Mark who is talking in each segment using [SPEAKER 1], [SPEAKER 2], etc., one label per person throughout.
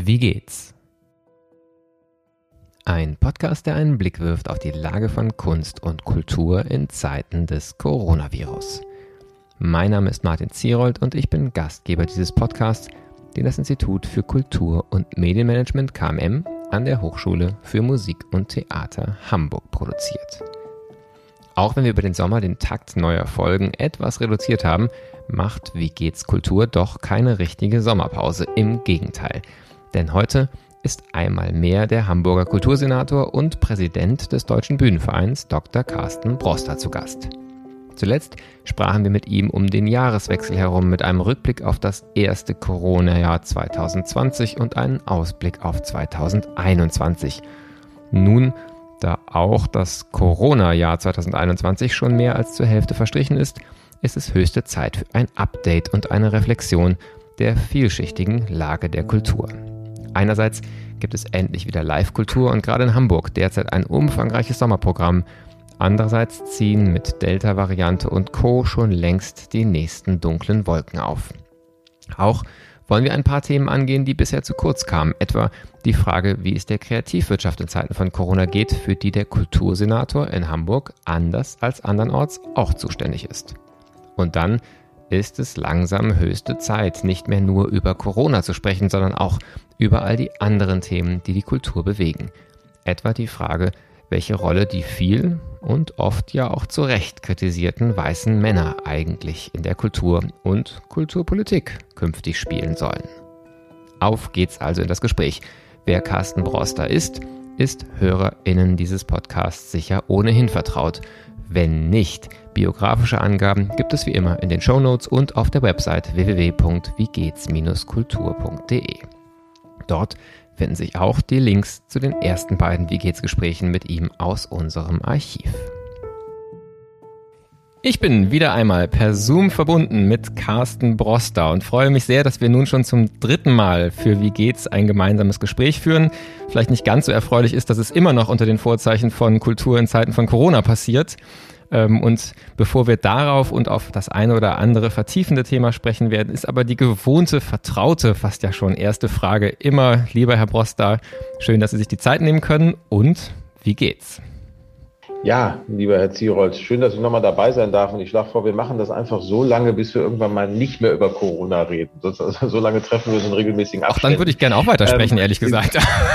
[SPEAKER 1] Wie geht's? Ein Podcast, der einen Blick wirft auf die Lage von Kunst und Kultur in Zeiten des Coronavirus. Mein Name ist Martin Zierold und ich bin Gastgeber dieses Podcasts, den das Institut für Kultur- und Medienmanagement KMM an der Hochschule für Musik und Theater Hamburg produziert. Auch wenn wir über den Sommer den Takt neuer Folgen etwas reduziert haben, macht Wie geht's Kultur doch keine richtige Sommerpause. Im Gegenteil. Denn heute ist einmal mehr der Hamburger Kultursenator und Präsident des Deutschen Bühnenvereins Dr. Carsten Broster zu Gast. Zuletzt sprachen wir mit ihm um den Jahreswechsel herum mit einem Rückblick auf das erste Corona-Jahr 2020 und einen Ausblick auf 2021. Nun, da auch das Corona-Jahr 2021 schon mehr als zur Hälfte verstrichen ist es höchste Zeit für ein Update und eine Reflexion der vielschichtigen Lage der Kultur. Einerseits gibt es endlich wieder Live-Kultur und gerade in Hamburg derzeit ein umfangreiches Sommerprogramm. Andererseits ziehen mit Delta-Variante und Co. schon längst die nächsten dunklen Wolken auf. Auch wollen wir ein paar Themen angehen, die bisher zu kurz kamen. Etwa die Frage, wie es der Kreativwirtschaft in Zeiten von Corona geht, für die der Kultursenator in Hamburg anders als andernorts auch zuständig ist. Und dann ist es langsam höchste Zeit, nicht mehr nur über Corona zu sprechen, sondern auch über all die anderen Themen, die die Kultur bewegen. Etwa die Frage, welche Rolle die viel und oft ja auch zu Recht kritisierten weißen Männer eigentlich in der Kultur und Kulturpolitik künftig spielen sollen. Auf geht's also in das Gespräch. Wer Carsten Broster ist HörerInnen dieses Podcasts sicher ohnehin vertraut. Wenn nicht, biografische Angaben gibt es wie immer in den Shownotes und auf der Website www.wiegehts-kultur.de. Dort finden sich auch die Links zu den ersten beiden Wie geht's Gesprächen mit ihm aus unserem Archiv. Ich bin wieder einmal per Zoom verbunden mit Carsten Broster und freue mich sehr, dass wir nun schon zum dritten Mal für Wie geht's ein gemeinsames Gespräch führen. Vielleicht nicht ganz so erfreulich ist, dass es immer noch unter den Vorzeichen von Kultur in Zeiten von Corona passiert. Und bevor wir darauf und auf das eine oder andere vertiefende Thema sprechen werden, ist aber die gewohnte, vertraute, fast ja schon erste Frage immer, lieber Herr Broster, schön, dass Sie sich die Zeit nehmen können und wie geht's?
[SPEAKER 2] Ja, lieber Herr Zierold, schön, dass ich nochmal dabei sein darf und ich schlage vor, wir machen das einfach so lange, bis wir irgendwann mal nicht mehr über Corona reden. Also so lange treffen wir uns in regelmäßigen Abständen.
[SPEAKER 1] Auch dann würde ich gerne auch weitersprechen, ehrlich gesagt.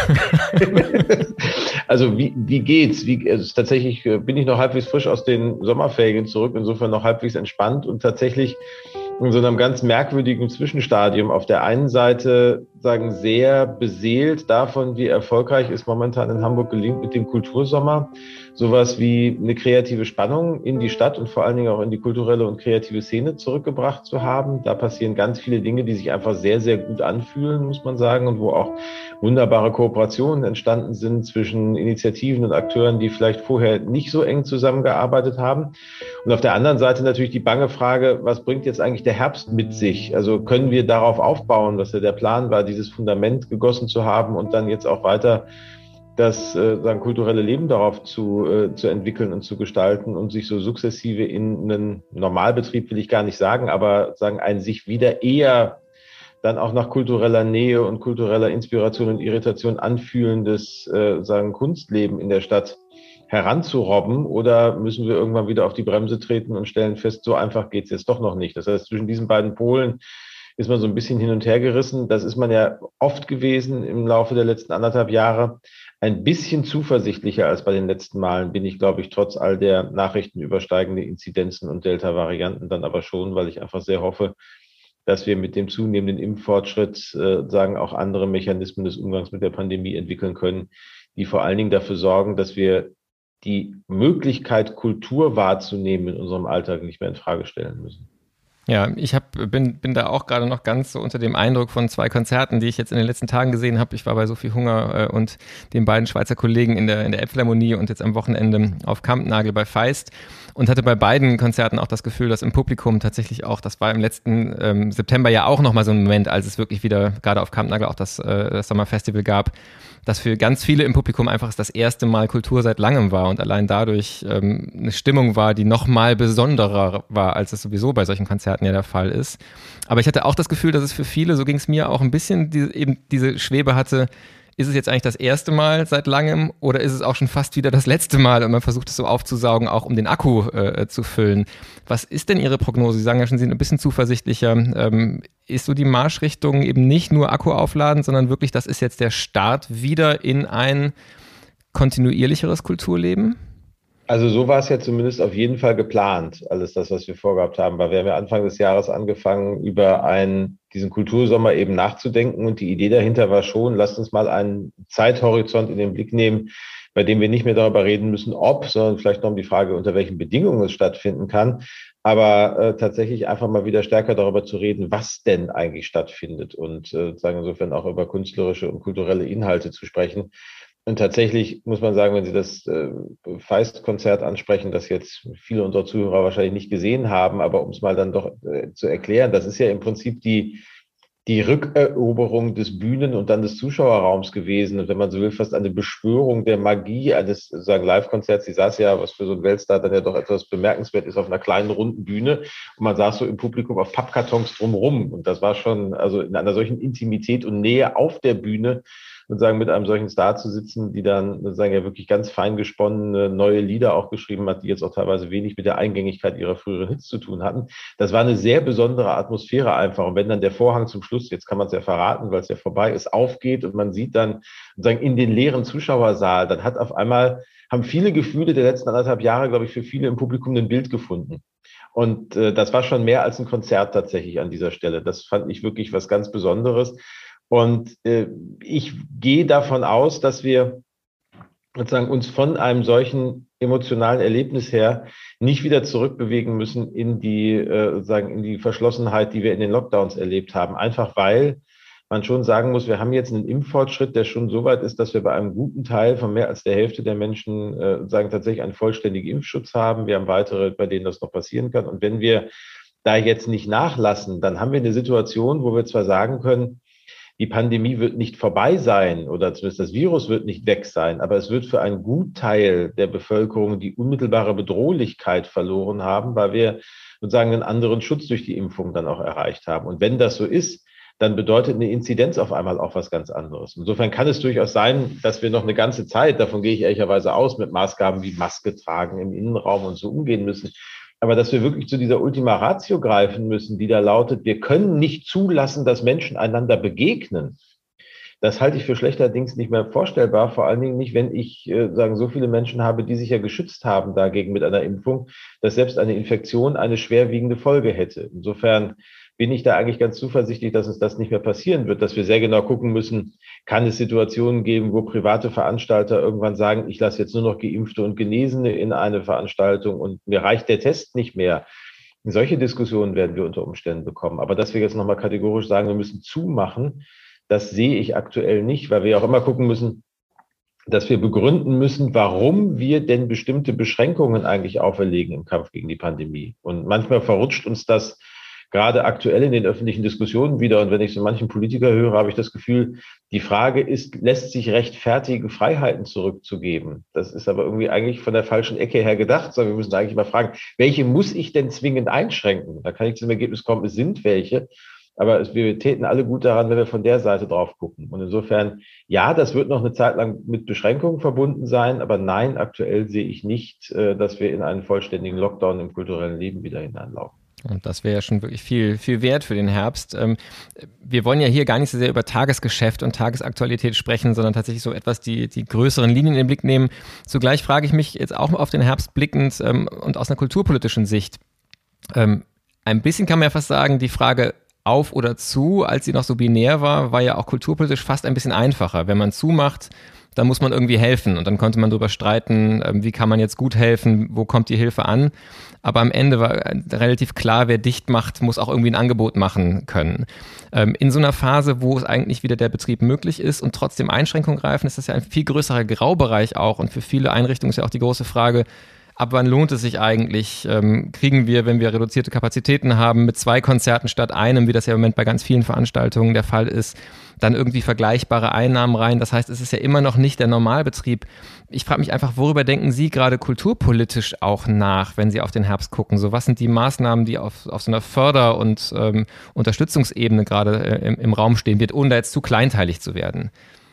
[SPEAKER 2] Also wie geht's? Tatsächlich bin ich noch halbwegs frisch aus den Sommerferien zurück, insofern noch halbwegs entspannt und tatsächlich in so einem ganz merkwürdigen Zwischenstadium. Auf der einen Seite sehr beseelt davon, wie erfolgreich es momentan in Hamburg gelingt mit dem Kultursommer, sowas wie eine kreative Spannung in die Stadt und vor allen Dingen auch in die kulturelle und kreative Szene zurückgebracht zu haben. Da passieren ganz viele Dinge, die sich einfach sehr, sehr gut anfühlen, muss man sagen, und wo auch wunderbare Kooperationen entstanden sind zwischen Initiativen und Akteuren, die vielleicht vorher nicht so eng zusammengearbeitet haben. Und auf der anderen Seite natürlich die bange Frage, was bringt jetzt eigentlich der Herbst mit sich? Also können wir darauf aufbauen, was ja der Plan war, dieses Fundament gegossen zu haben und dann jetzt auch weiter das kulturelle Leben darauf zu entwickeln und zu gestalten und sich so sukzessive in einen Normalbetrieb, will ich gar nicht sagen, aber ein sich wieder eher dann auch nach kultureller Nähe und kultureller Inspiration und Irritation anfühlendes Kunstleben in der Stadt heranzurobben, oder müssen wir irgendwann wieder auf die Bremse treten und stellen fest, so einfach geht's jetzt doch noch nicht. Das heißt, zwischen diesen beiden Polen ist man so ein bisschen hin und her gerissen. Das ist man ja oft gewesen im Laufe der letzten 1,5 Jahre. Ein bisschen zuversichtlicher als bei den letzten Malen bin ich, glaube ich, trotz all der Nachrichten über steigende Inzidenzen und Delta-Varianten dann aber schon, weil ich einfach sehr hoffe, dass wir mit dem zunehmenden Impffortschritt auch andere Mechanismen des Umgangs mit der Pandemie entwickeln können, die vor allen Dingen dafür sorgen, dass wir die Möglichkeit, Kultur wahrzunehmen in unserem Alltag nicht mehr in Frage stellen müssen.
[SPEAKER 1] Ja, ich bin da auch gerade noch ganz so unter dem Eindruck von 2 Konzerten, die ich jetzt in den letzten Tagen gesehen habe. Ich war bei Sophie Hunger und den beiden Schweizer Kollegen in der Elbphilharmonie und jetzt am Wochenende auf Kampnagel bei Feist und hatte bei beiden Konzerten auch das Gefühl, dass im Publikum tatsächlich auch, das war im letzten September ja auch nochmal so ein Moment, als es wirklich wieder gerade auf Kampnagel auch das Sommerfestival gab, dass für ganz viele im Publikum einfach das erste Mal Kultur seit langem war und allein dadurch eine Stimmung war, die noch mal besonderer war, als es sowieso bei solchen Konzerten ja der Fall ist. Aber ich hatte auch das Gefühl, dass es für viele, so ging es mir auch ein bisschen, eben diese Schwebe hatte, ist es jetzt eigentlich das erste Mal seit langem oder ist es auch schon fast wieder das letzte Mal und man versucht es so aufzusaugen, auch um den Akku zu füllen. Was ist denn Ihre Prognose? Sie sagen ja schon, Sie sind ein bisschen zuversichtlicher. Ist so die Marschrichtung eben nicht nur Akku aufladen, sondern wirklich, das ist jetzt der Start wieder in ein kontinuierlicheres Kulturleben?
[SPEAKER 2] Also so war es ja zumindest auf jeden Fall geplant, alles das, was wir vorgehabt haben, weil wir haben ja Anfang des Jahres angefangen, über diesen Kultursommer eben nachzudenken und die Idee dahinter war schon, lasst uns mal einen Zeithorizont in den Blick nehmen, bei dem wir nicht mehr darüber reden müssen, ob, sondern vielleicht noch um die Frage, unter welchen Bedingungen es stattfinden kann, aber tatsächlich einfach mal wieder stärker darüber zu reden, was denn eigentlich stattfindet und sagen insofern auch über künstlerische und kulturelle Inhalte zu sprechen. Und tatsächlich muss man sagen, wenn Sie das Feist-Konzert ansprechen, das jetzt viele unserer Zuhörer wahrscheinlich nicht gesehen haben, aber um es mal dann doch zu erklären, das ist ja im Prinzip die Rückeroberung des Bühnen- und dann des Zuschauerraums gewesen. Und wenn man so will, fast eine Beschwörung der Magie eines Live-Konzerts. Sie saß ja, was für so ein Weltstar dann ja doch etwas bemerkenswert ist, auf einer kleinen, runden Bühne. Und man saß so im Publikum auf Pappkartons drumherum. Und das war schon, also in einer solchen Intimität und Nähe auf der Bühne, und sagen, mit einem solchen Star zu sitzen, die dann sagen ja wirklich ganz fein gesponnene neue Lieder auch geschrieben hat, die jetzt auch teilweise wenig mit der Eingängigkeit ihrer früheren Hits zu tun hatten. Das war eine sehr besondere Atmosphäre einfach. Und wenn dann der Vorhang zum Schluss, jetzt kann man es ja verraten, weil es ja vorbei ist, aufgeht und man sieht dann sagen in den leeren Zuschauersaal, dann haben viele Gefühle der letzten 1,5 Jahre, glaube ich, für viele im Publikum ein Bild gefunden. Und das war schon mehr als ein Konzert tatsächlich an dieser Stelle. Das fand ich wirklich was ganz Besonderes. Und ich gehe davon aus, dass wir sozusagen uns von einem solchen emotionalen Erlebnis her nicht wieder zurückbewegen müssen in die Verschlossenheit, die wir in den Lockdowns erlebt haben. Einfach weil man schon sagen muss, wir haben jetzt einen Impffortschritt, der schon so weit ist, dass wir bei einem guten Teil von mehr als der Hälfte der Menschen tatsächlich einen vollständigen Impfschutz haben. Wir haben weitere, bei denen das noch passieren kann. Und wenn wir da jetzt nicht nachlassen, dann haben wir eine Situation, wo wir zwar sagen können, die Pandemie wird nicht vorbei sein oder zumindest das Virus wird nicht weg sein, aber es wird für einen Gutteil der Bevölkerung die unmittelbare Bedrohlichkeit verloren haben, weil wir sozusagen einen anderen Schutz durch die Impfung dann auch erreicht haben. Und wenn das so ist, dann bedeutet eine Inzidenz auf einmal auch was ganz anderes. Insofern kann es durchaus sein, dass wir noch eine ganze Zeit, davon gehe ich ehrlicherweise aus, mit Maßgaben wie Maske tragen im Innenraum und so umgehen müssen. Aber dass wir wirklich zu dieser Ultima Ratio greifen müssen, die da lautet, wir können nicht zulassen, dass Menschen einander begegnen. Das halte ich für schlechterdings nicht mehr vorstellbar, vor allen Dingen nicht, wenn ich so viele Menschen habe, die sich ja geschützt haben dagegen mit einer Impfung, dass selbst eine Infektion eine schwerwiegende Folge hätte. Insofern bin ich da eigentlich ganz zuversichtlich, dass uns das nicht mehr passieren wird, dass wir sehr genau gucken müssen, kann es Situationen geben, wo private Veranstalter irgendwann sagen, ich lasse jetzt nur noch Geimpfte und Genesene in eine Veranstaltung und mir reicht der Test nicht mehr. Solche Diskussionen werden wir unter Umständen bekommen. Aber dass wir jetzt nochmal kategorisch sagen, wir müssen zumachen, das sehe ich aktuell nicht, weil wir auch immer gucken müssen, dass wir begründen müssen, warum wir denn bestimmte Beschränkungen eigentlich auferlegen im Kampf gegen die Pandemie. Und manchmal verrutscht uns das gerade aktuell in den öffentlichen Diskussionen wieder. Und wenn ich so manchen Politiker höre, habe ich das Gefühl, die Frage ist, lässt sich rechtfertigen, Freiheiten zurückzugeben? Das ist aber irgendwie eigentlich von der falschen Ecke her gedacht, sondern wir müssen eigentlich mal fragen, welche muss ich denn zwingend einschränken? Da kann ich zum Ergebnis kommen, es sind welche. Aber wir täten alle gut daran, wenn wir von der Seite drauf gucken. Und insofern, ja, das wird noch eine Zeit lang mit Beschränkungen verbunden sein. Aber nein, aktuell sehe ich nicht, dass wir in einen vollständigen Lockdown im kulturellen Leben wieder hineinlaufen.
[SPEAKER 1] Und das wäre ja schon wirklich viel, viel wert für den Herbst. Wir wollen ja hier gar nicht so sehr über Tagesgeschäft und Tagesaktualität sprechen, sondern tatsächlich so etwas die größeren Linien in den Blick nehmen. Zugleich frage ich mich jetzt auch auf den Herbst blickend und aus einer kulturpolitischen Sicht. Ein bisschen kann man ja fast sagen, die Frage auf oder zu, als sie noch so binär war ja auch kulturpolitisch fast ein bisschen einfacher. Wenn man zumacht, dann muss man irgendwie helfen und dann konnte man darüber streiten, wie kann man jetzt gut helfen, wo kommt die Hilfe an. Aber am Ende war relativ klar, wer dicht macht, muss auch irgendwie ein Angebot machen können. In so einer Phase, wo es eigentlich wieder der Betrieb möglich ist und trotzdem Einschränkungen greifen, ist das ja ein viel größerer Graubereich auch. Und für viele Einrichtungen ist ja auch die große Frage, ab wann lohnt es sich eigentlich? Kriegen wir, wenn wir reduzierte Kapazitäten haben, mit 2 Konzerten statt einem, wie das ja im Moment bei ganz vielen Veranstaltungen der Fall ist, dann irgendwie vergleichbare Einnahmen rein? Das heißt, es ist ja immer noch nicht der Normalbetrieb. Ich frage mich einfach, worüber denken Sie gerade kulturpolitisch auch nach, wenn Sie auf den Herbst gucken? So, was sind die Maßnahmen, die auf so einer Förder- und Unterstützungsebene gerade im Raum stehen wird, ohne da jetzt zu kleinteilig zu werden?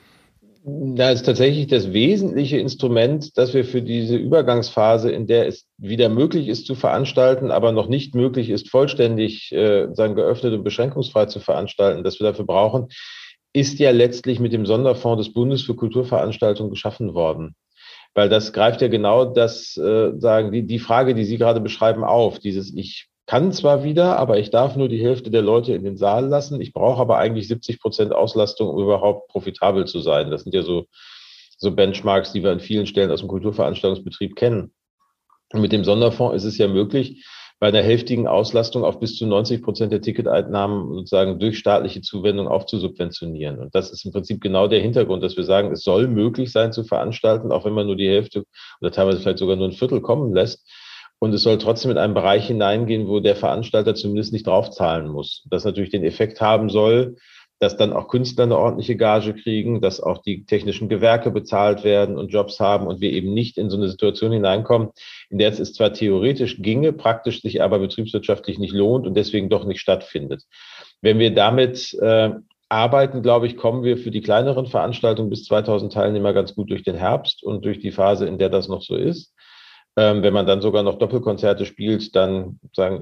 [SPEAKER 2] Da ist tatsächlich das wesentliche Instrument, dass wir für diese Übergangsphase, in der es wieder möglich ist zu veranstalten, aber noch nicht möglich ist, vollständig geöffnet und beschränkungsfrei zu veranstalten, dass wir dafür brauchen, ist ja letztlich mit dem Sonderfonds des Bundes für Kulturveranstaltungen geschaffen worden. Weil das greift ja genau die Frage, die Sie gerade beschreiben, auf. Ich kann zwar wieder, aber ich darf nur die Hälfte der Leute in den Saal lassen. Ich brauche aber eigentlich 70% Auslastung, um überhaupt profitabel zu sein. Das sind ja so Benchmarks, die wir an vielen Stellen aus dem Kulturveranstaltungsbetrieb kennen. Und mit dem Sonderfonds ist es ja möglich, bei einer hälftigen Auslastung auf bis zu 90% der Ticketeinnahmen sozusagen durch staatliche Zuwendung aufzusubventionieren. Und das ist im Prinzip genau der Hintergrund, dass wir sagen, es soll möglich sein zu veranstalten, auch wenn man nur die Hälfte oder teilweise vielleicht sogar nur ein Viertel kommen lässt. Und es soll trotzdem in einen Bereich hineingehen, wo der Veranstalter zumindest nicht draufzahlen muss. Das natürlich den Effekt haben soll, dass dann auch Künstler eine ordentliche Gage kriegen, dass auch die technischen Gewerke bezahlt werden und Jobs haben und wir eben nicht in so eine Situation hineinkommen, in der es zwar theoretisch ginge, praktisch sich aber betriebswirtschaftlich nicht lohnt und deswegen doch nicht stattfindet. Wenn wir damit arbeiten, glaube ich, kommen wir für die kleineren Veranstaltungen bis 2000 Teilnehmer ganz gut durch den Herbst und durch die Phase, in der das noch so ist. Wenn man dann sogar noch Doppelkonzerte spielt, dann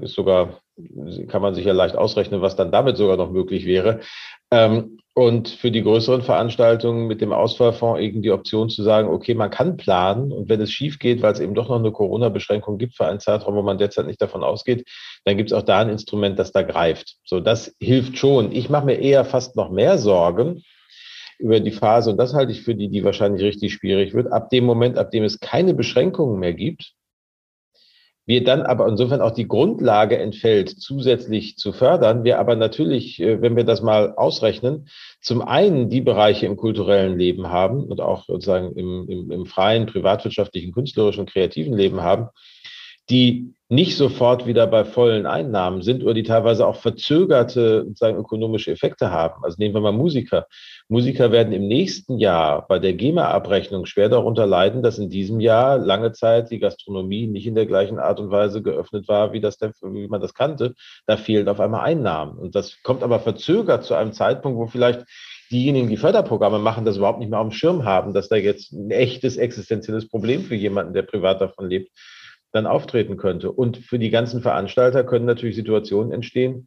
[SPEAKER 2] kann man sich ja leicht ausrechnen, was dann damit sogar noch möglich wäre. Und für die größeren Veranstaltungen mit dem Ausfallfonds eben die Option zu sagen, okay, man kann planen und wenn es schief geht, weil es eben doch noch eine Corona-Beschränkung gibt für einen Zeitraum, wo man derzeit nicht davon ausgeht, dann gibt es auch da ein Instrument, das da greift. So, das hilft schon. Ich mache mir eher fast noch mehr Sorgen über die Phase, und das halte ich für die wahrscheinlich richtig schwierig wird, ab dem Moment, ab dem es keine Beschränkungen mehr gibt, wir dann aber insofern auch die Grundlage entfällt, zusätzlich zu fördern, wir aber natürlich, wenn wir das mal ausrechnen, zum einen die Bereiche im kulturellen Leben haben und auch sozusagen im freien, privatwirtschaftlichen, künstlerischen, kreativen Leben haben, die nicht sofort wieder bei vollen Einnahmen sind oder die teilweise auch verzögerte sozusagen ökonomische Effekte haben. Also nehmen wir mal Musiker. Musiker werden im nächsten Jahr bei der GEMA-Abrechnung schwer darunter leiden, dass in diesem Jahr lange Zeit die Gastronomie nicht in der gleichen Art und Weise geöffnet war, wie man das kannte. Da fehlen auf einmal Einnahmen. Und das kommt aber verzögert zu einem Zeitpunkt, wo vielleicht diejenigen, die Förderprogramme machen, das überhaupt nicht mehr auf dem Schirm haben, dass da jetzt ein echtes existenzielles Problem für jemanden, der privat davon lebt, dann auftreten könnte. Und für die ganzen Veranstalter können natürlich Situationen entstehen,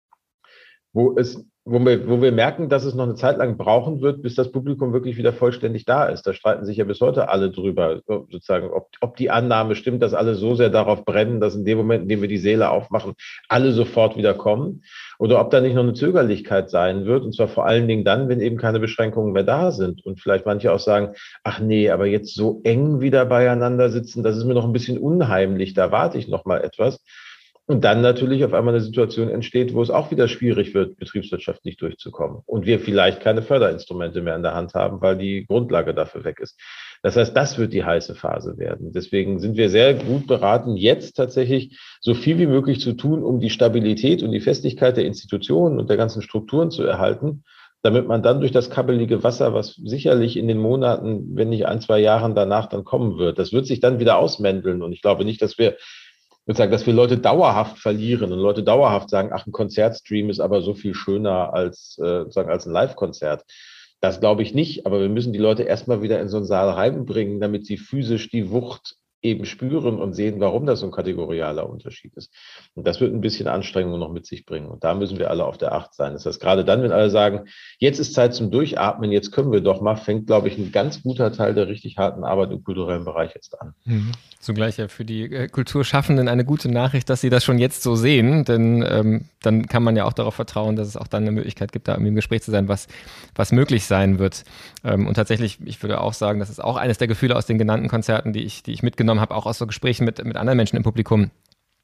[SPEAKER 2] wo wir merken, dass es noch eine Zeit lang brauchen wird, bis das Publikum wirklich wieder vollständig da ist. Da streiten sich ja bis heute alle drüber, sozusagen, ob die Annahme stimmt, dass alle so sehr darauf brennen, dass in dem Moment, in dem wir die Säle aufmachen, alle sofort wieder kommen. Oder ob da nicht noch eine Zögerlichkeit sein wird. Und zwar vor allen Dingen dann, wenn eben keine Beschränkungen mehr da sind. Und vielleicht manche auch sagen, ach nee, aber jetzt so eng wieder beieinander sitzen, das ist mir noch ein bisschen unheimlich, da warte ich noch mal etwas. Und dann natürlich auf einmal eine Situation entsteht, wo es auch wieder schwierig wird, betriebswirtschaftlich durchzukommen. Und wir vielleicht keine Förderinstrumente mehr in der Hand haben, weil die Grundlage dafür weg ist. Das heißt, das wird die heiße Phase werden. Deswegen sind wir sehr gut beraten, jetzt tatsächlich so viel wie möglich zu tun, um die Stabilität und die Festigkeit der Institutionen und der ganzen Strukturen zu erhalten, damit man dann durch das kabbelige Wasser, was sicherlich in den Monaten, wenn nicht 1-2 Jahren danach dann kommen wird, das wird sich dann wieder ausmänteln. Und ich glaube nicht, dass wir Leute dauerhaft verlieren und Leute dauerhaft sagen, ach, ein Konzertstream ist aber so viel schöner als ein Live-Konzert. Das glaube ich nicht, aber wir müssen die Leute erstmal wieder in so einen Saal reinbringen, damit sie physisch die Wucht eben spüren und sehen, warum das so ein kategorialer Unterschied ist. Und das wird ein bisschen Anstrengung noch mit sich bringen. Und da müssen wir alle auf der Acht sein. Das heißt, gerade dann, wenn alle sagen, jetzt ist Zeit zum Durchatmen, jetzt können wir doch mal, fängt, glaube ich, ein ganz guter Teil der richtig harten Arbeit im kulturellen Bereich jetzt an.
[SPEAKER 1] Zugleich ja für die Kulturschaffenden eine gute Nachricht, dass sie das schon jetzt so sehen, denn dann kann man ja auch darauf vertrauen, dass es auch dann eine Möglichkeit gibt, da im Gespräch zu sein, was möglich sein wird. Und tatsächlich, ich würde auch sagen, das ist auch eines der Gefühle aus den genannten Konzerten, die ich mitgenommen habe, auch aus so Gesprächen mit anderen Menschen im Publikum,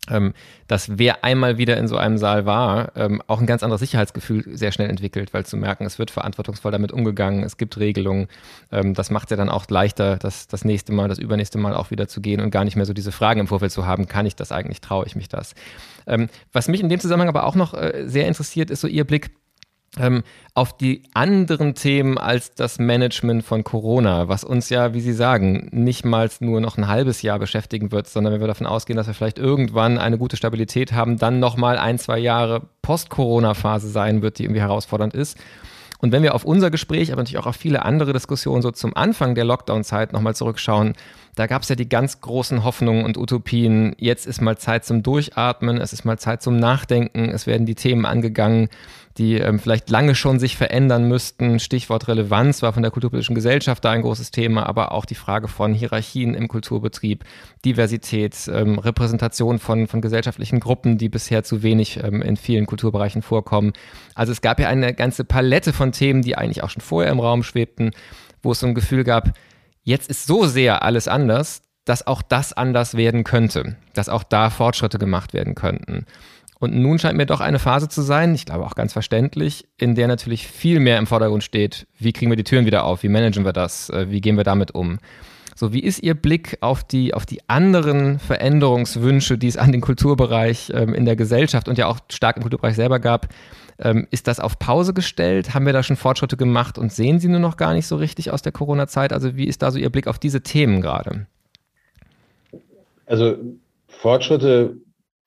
[SPEAKER 1] dass wer einmal wieder in so einem Saal war, auch ein ganz anderes Sicherheitsgefühl sehr schnell entwickelt, weil zu merken, es wird verantwortungsvoll damit umgegangen, es gibt Regelungen. Das macht es ja dann auch leichter, das nächste Mal, das übernächste Mal auch wieder zu gehen und gar nicht mehr so diese Fragen im Vorfeld zu haben, kann ich das eigentlich, traue ich mich das? Was mich in dem Zusammenhang aber auch noch sehr interessiert, ist so Ihr Blick auf die anderen Themen als das Management von Corona, was uns ja, wie Sie sagen, nicht mal nur noch ein halbes Jahr beschäftigen wird, sondern wenn wir davon ausgehen, dass wir vielleicht irgendwann eine gute Stabilität haben, dann nochmal 1-2 Jahre Post-Corona-Phase sein wird, die irgendwie herausfordernd ist. Und wenn wir auf unser Gespräch, aber natürlich auch auf viele andere Diskussionen so zum Anfang der Lockdown-Zeit nochmal zurückschauen, da gab es ja die ganz großen Hoffnungen und Utopien. Jetzt ist mal Zeit zum Durchatmen, es ist mal Zeit zum Nachdenken, es werden die Themen angegangen, die vielleicht lange schon sich verändern müssten. Stichwort Relevanz war von der kulturpolitischen Gesellschaft da ein großes Thema, aber auch die Frage von Hierarchien im Kulturbetrieb, Diversität, Repräsentation von gesellschaftlichen Gruppen, die bisher zu wenig in vielen Kulturbereichen vorkommen. Also es gab ja eine ganze Palette von Themen, die eigentlich auch schon vorher im Raum schwebten, wo es so ein Gefühl gab, jetzt ist so sehr alles anders, dass auch das anders werden könnte, dass auch da Fortschritte gemacht werden könnten. Und nun scheint mir doch eine Phase zu sein, ich glaube auch ganz verständlich, in der natürlich viel mehr im Vordergrund steht, wie kriegen wir die Türen wieder auf, wie managen wir das, wie gehen wir damit um. So, wie ist Ihr Blick auf die anderen Veränderungswünsche, die es an den Kulturbereich in der Gesellschaft und ja auch stark im Kulturbereich selber gab? Ist das auf Pause gestellt? Haben wir da schon Fortschritte gemacht und sehen Sie nur noch gar nicht so richtig aus der Corona-Zeit? Also wie ist da so Ihr Blick auf diese Themen gerade?
[SPEAKER 2] Also Fortschritte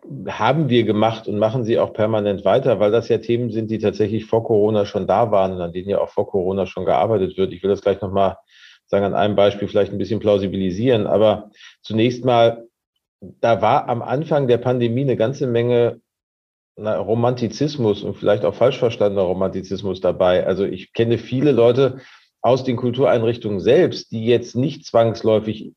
[SPEAKER 2] haben wir gemacht und machen sie auch permanent weiter, weil das ja Themen sind, die tatsächlich vor Corona schon da waren und an denen ja auch vor Corona schon gearbeitet wird. Ich will das gleich nochmal sagen, an einem Beispiel vielleicht ein bisschen plausibilisieren. Aber zunächst mal, da war am Anfang der Pandemie eine ganze Menge Romantizismus und vielleicht auch falsch verstandener Romantizismus dabei. Also ich kenne viele Leute aus den Kultureinrichtungen selbst, die jetzt nicht zwangsläufig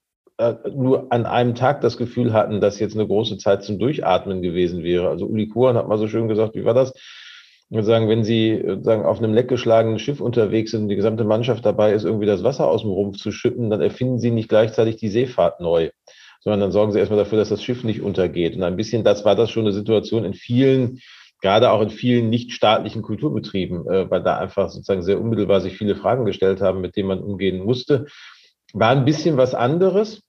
[SPEAKER 2] nur an einem Tag das Gefühl hatten, dass jetzt eine große Zeit zum Durchatmen gewesen wäre. Also Uli Kuhan hat mal so schön gesagt, wie war das? Wir sagen, wenn Sie sagen, auf einem leckgeschlagenen Schiff unterwegs sind und die gesamte Mannschaft dabei ist, irgendwie das Wasser aus dem Rumpf zu schütten, dann erfinden Sie nicht gleichzeitig die Seefahrt neu, sondern dann sorgen Sie erstmal dafür, dass das Schiff nicht untergeht. Und ein bisschen war das schon eine Situation in vielen, gerade auch in vielen nichtstaatlichen Kulturbetrieben, weil da einfach sozusagen sehr unmittelbar sich viele Fragen gestellt haben, mit denen man umgehen musste. War ein bisschen was anderes.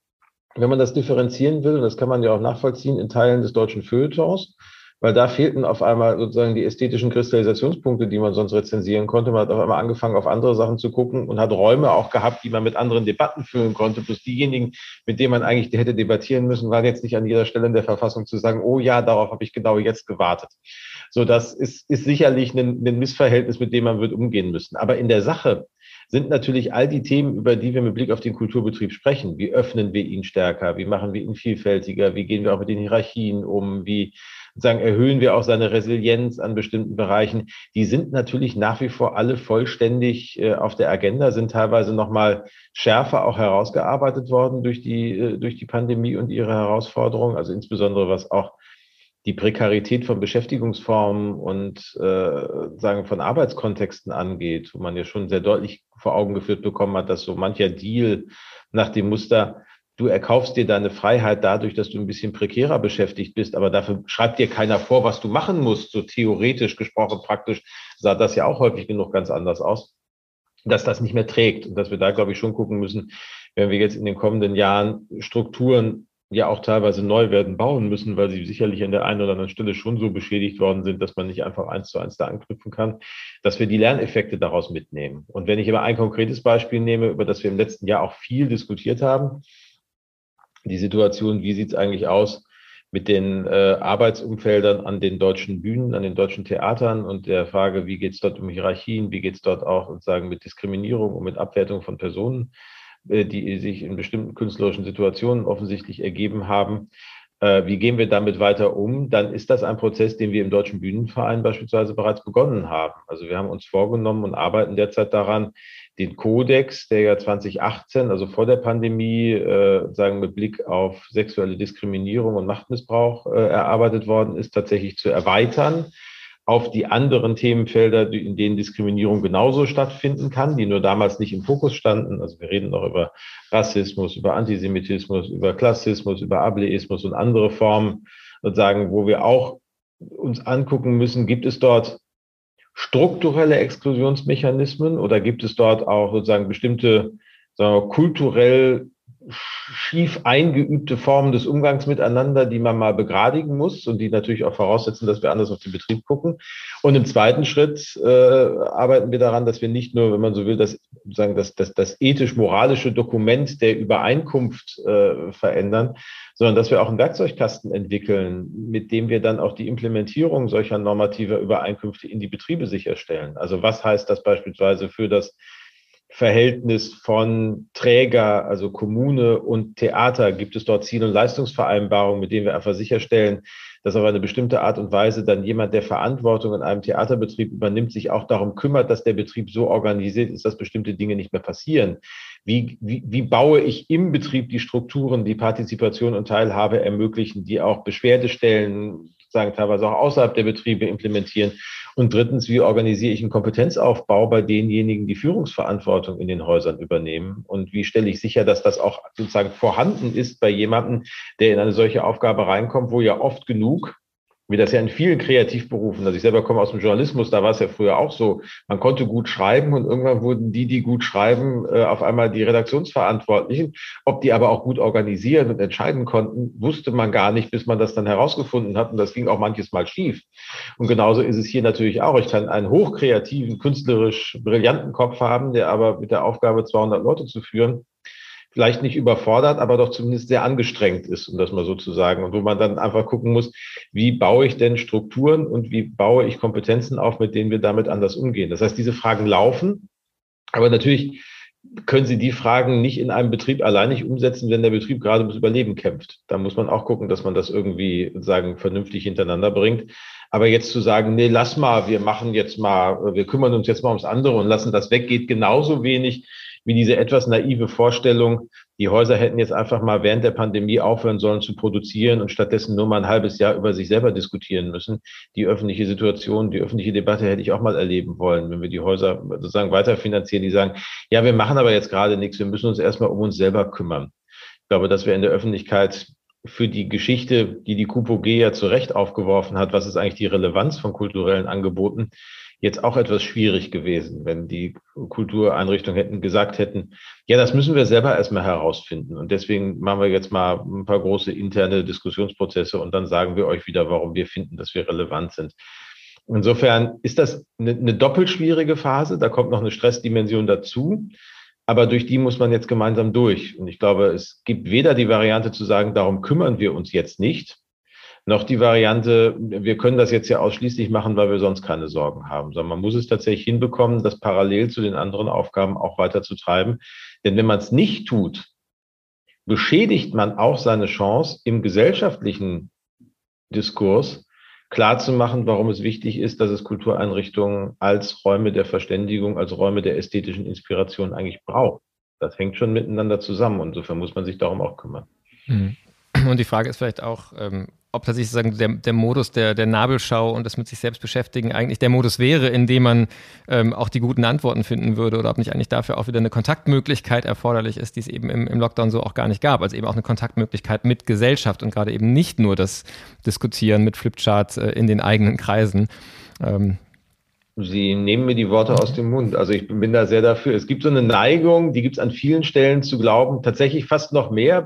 [SPEAKER 2] Wenn man das differenzieren will, und das kann man ja auch nachvollziehen in Teilen des deutschen Feuilletons, weil da fehlten auf einmal sozusagen die ästhetischen Kristallisationspunkte, die man sonst rezensieren konnte. Man hat auf einmal angefangen, auf andere Sachen zu gucken und hat Räume auch gehabt, die man mit anderen Debatten füllen konnte. Bloß diejenigen, mit denen man eigentlich hätte debattieren müssen, waren jetzt nicht an jeder Stelle in der Verfassung zu sagen, oh ja, darauf habe ich genau jetzt gewartet. So, das ist sicherlich ein Missverhältnis, mit dem man wird umgehen müssen. Aber in der Sache sind natürlich all die Themen, über die wir mit Blick auf den Kulturbetrieb sprechen. Wie öffnen wir ihn stärker? Wie machen wir ihn vielfältiger? Wie gehen wir auch mit den Hierarchien um? Wie sozusagen erhöhen wir auch seine Resilienz an bestimmten Bereichen? Die sind natürlich nach wie vor alle vollständig auf der Agenda, sind teilweise nochmal schärfer auch herausgearbeitet worden durch die Pandemie und ihre Herausforderungen. Also insbesondere was auch die Prekarität von Beschäftigungsformen und sagen von Arbeitskontexten angeht, wo man ja schon sehr deutlich vor Augen geführt bekommen hat, dass so mancher Deal nach dem Muster, du erkaufst dir deine Freiheit dadurch, dass du ein bisschen prekärer beschäftigt bist, aber dafür schreibt dir keiner vor, was du machen musst. So theoretisch gesprochen, praktisch sah das ja auch häufig genug ganz anders aus, dass das nicht mehr trägt und dass wir da, glaube ich, schon gucken müssen, wenn wir jetzt in den kommenden Jahren Strukturen ja auch teilweise neu werden bauen müssen, weil sie sicherlich an der einen oder anderen Stelle schon so beschädigt worden sind, dass man nicht einfach 1:1 da anknüpfen kann, dass wir die Lerneffekte daraus mitnehmen. Und wenn ich aber ein konkretes Beispiel nehme, über das wir im letzten Jahr auch viel diskutiert haben, die Situation, wie sieht es eigentlich aus mit den Arbeitsumfeldern an den deutschen Bühnen, an den deutschen Theatern und der Frage, wie geht es dort um Hierarchien, wie geht es dort auch sozusagen mit Diskriminierung und mit Abwertung von Personen, die sich in bestimmten künstlerischen Situationen offensichtlich ergeben haben. Wie gehen wir damit weiter um? Dann ist das ein Prozess, den wir im Deutschen Bühnenverein beispielsweise bereits begonnen haben. Also wir haben uns vorgenommen und arbeiten derzeit daran, den Kodex, der ja 2018, also vor der Pandemie, sagen mit Blick auf sexuelle Diskriminierung und Machtmissbrauch erarbeitet worden ist, tatsächlich zu erweitern auf die anderen Themenfelder, in denen Diskriminierung genauso stattfinden kann, die nur damals nicht im Fokus standen. Also wir reden noch über Rassismus, über Antisemitismus, über Klassismus, über Ableismus und andere Formen sozusagen, wo wir auch uns angucken müssen, gibt es dort strukturelle Exklusionsmechanismen oder gibt es dort auch sozusagen bestimmte, sagen wir, kulturell schief eingeübte Formen des Umgangs miteinander, die man mal begradigen muss und die natürlich auch voraussetzen, dass wir anders auf den Betrieb gucken. Und im zweiten Schritt arbeiten wir daran, dass wir nicht nur, wenn man so will, das ethisch-moralische Dokument der Übereinkunft verändern, sondern dass wir auch einen Werkzeugkasten entwickeln, mit dem wir dann auch die Implementierung solcher normativer Übereinkünfte in die Betriebe sicherstellen. Also was heißt das beispielsweise für das Verhältnis von Träger, also Kommune und Theater? Gibt es dort Ziel- und Leistungsvereinbarungen, mit denen wir einfach sicherstellen, dass auf eine bestimmte Art und Weise dann jemand, der Verantwortung in einem Theaterbetrieb übernimmt, sich auch darum kümmert, dass der Betrieb so organisiert ist, dass bestimmte Dinge nicht mehr passieren? Wie baue ich im Betrieb die Strukturen, die Partizipation und Teilhabe ermöglichen, die auch Beschwerdestellen, sozusagen teilweise auch außerhalb der Betriebe implementieren? Und drittens, wie organisiere ich einen Kompetenzaufbau bei denjenigen, die Führungsverantwortung in den Häusern übernehmen? Und wie stelle ich sicher, dass das auch sozusagen vorhanden ist bei jemandem, der in eine solche Aufgabe reinkommt, wo ja oft genug, wie das ja in vielen Kreativberufen, also ich selber komme aus dem Journalismus, da war es ja früher auch so, man konnte gut schreiben und irgendwann wurden die gut schreiben, auf einmal die Redaktionsverantwortlichen. Ob die aber auch gut organisieren und entscheiden konnten, wusste man gar nicht, bis man das dann herausgefunden hat, und das ging auch manches Mal schief. Und genauso ist es hier natürlich auch. Ich kann einen hochkreativen, künstlerisch brillanten Kopf haben, der aber mit der Aufgabe, 200 Leute zu führen, vielleicht nicht überfordert, aber doch zumindest sehr angestrengt ist, um das mal so zu sagen. Und wo man dann einfach gucken muss, wie baue ich denn Strukturen und wie baue ich Kompetenzen auf, mit denen wir damit anders umgehen. Das heißt, diese Fragen laufen, aber natürlich können Sie die Fragen nicht in einem Betrieb alleinig umsetzen, wenn der Betrieb gerade ums Überleben kämpft. Da muss man auch gucken, dass man das irgendwie, sagen, vernünftig hintereinander bringt. Aber jetzt zu sagen, nee, lass mal, wir kümmern uns jetzt mal ums andere und lassen das weg, geht genauso wenig wie diese etwas naive Vorstellung, die Häuser hätten jetzt einfach mal während der Pandemie aufhören sollen zu produzieren und stattdessen nur mal ein halbes Jahr über sich selber diskutieren müssen. Die öffentliche Situation, die öffentliche Debatte hätte ich auch mal erleben wollen, wenn wir die Häuser sozusagen weiterfinanzieren, die sagen, ja, wir machen aber jetzt gerade nichts, wir müssen uns erstmal um uns selber kümmern. Ich glaube, dass wir in der Öffentlichkeit für die Geschichte, die KUPOG ja zu Recht aufgeworfen hat, was ist eigentlich die Relevanz von kulturellen Angeboten, jetzt auch etwas schwierig gewesen, wenn die Kultureinrichtungen gesagt hätten, ja, das müssen wir selber erstmal herausfinden. Und deswegen machen wir jetzt mal ein paar große interne Diskussionsprozesse und dann sagen wir euch wieder, warum wir finden, dass wir relevant sind. Insofern ist das eine doppelt schwierige Phase. Da kommt noch eine Stressdimension dazu. Aber durch die muss man jetzt gemeinsam durch. Und ich glaube, es gibt weder die Variante zu sagen, darum kümmern wir uns jetzt nicht, noch die Variante, wir können das jetzt ja ausschließlich machen, weil wir sonst keine Sorgen haben, sondern man muss es tatsächlich hinbekommen, das parallel zu den anderen Aufgaben auch weiter zu treiben. Denn wenn man es nicht tut, beschädigt man auch seine Chance, im gesellschaftlichen Diskurs klarzumachen, warum es wichtig ist, dass es Kultureinrichtungen als Räume der Verständigung, als Räume der ästhetischen Inspiration eigentlich braucht. Das hängt schon miteinander zusammen und insofern muss man sich darum auch kümmern.
[SPEAKER 1] Und die Frage ist vielleicht auch, ob tatsächlich sozusagen der Modus der Nabelschau und das mit sich selbst beschäftigen eigentlich der Modus wäre, in dem man auch die guten Antworten finden würde, oder ob nicht eigentlich dafür auch wieder eine Kontaktmöglichkeit erforderlich ist, die es eben im Lockdown so auch gar nicht gab. Also eben auch eine Kontaktmöglichkeit mit Gesellschaft und gerade eben nicht nur das Diskutieren mit Flipcharts in den eigenen Kreisen.
[SPEAKER 2] Sie nehmen mir die Worte aus dem Mund. Also ich bin da sehr dafür. Es gibt so eine Neigung, die gibt es an vielen Stellen zu glauben, tatsächlich fast noch mehr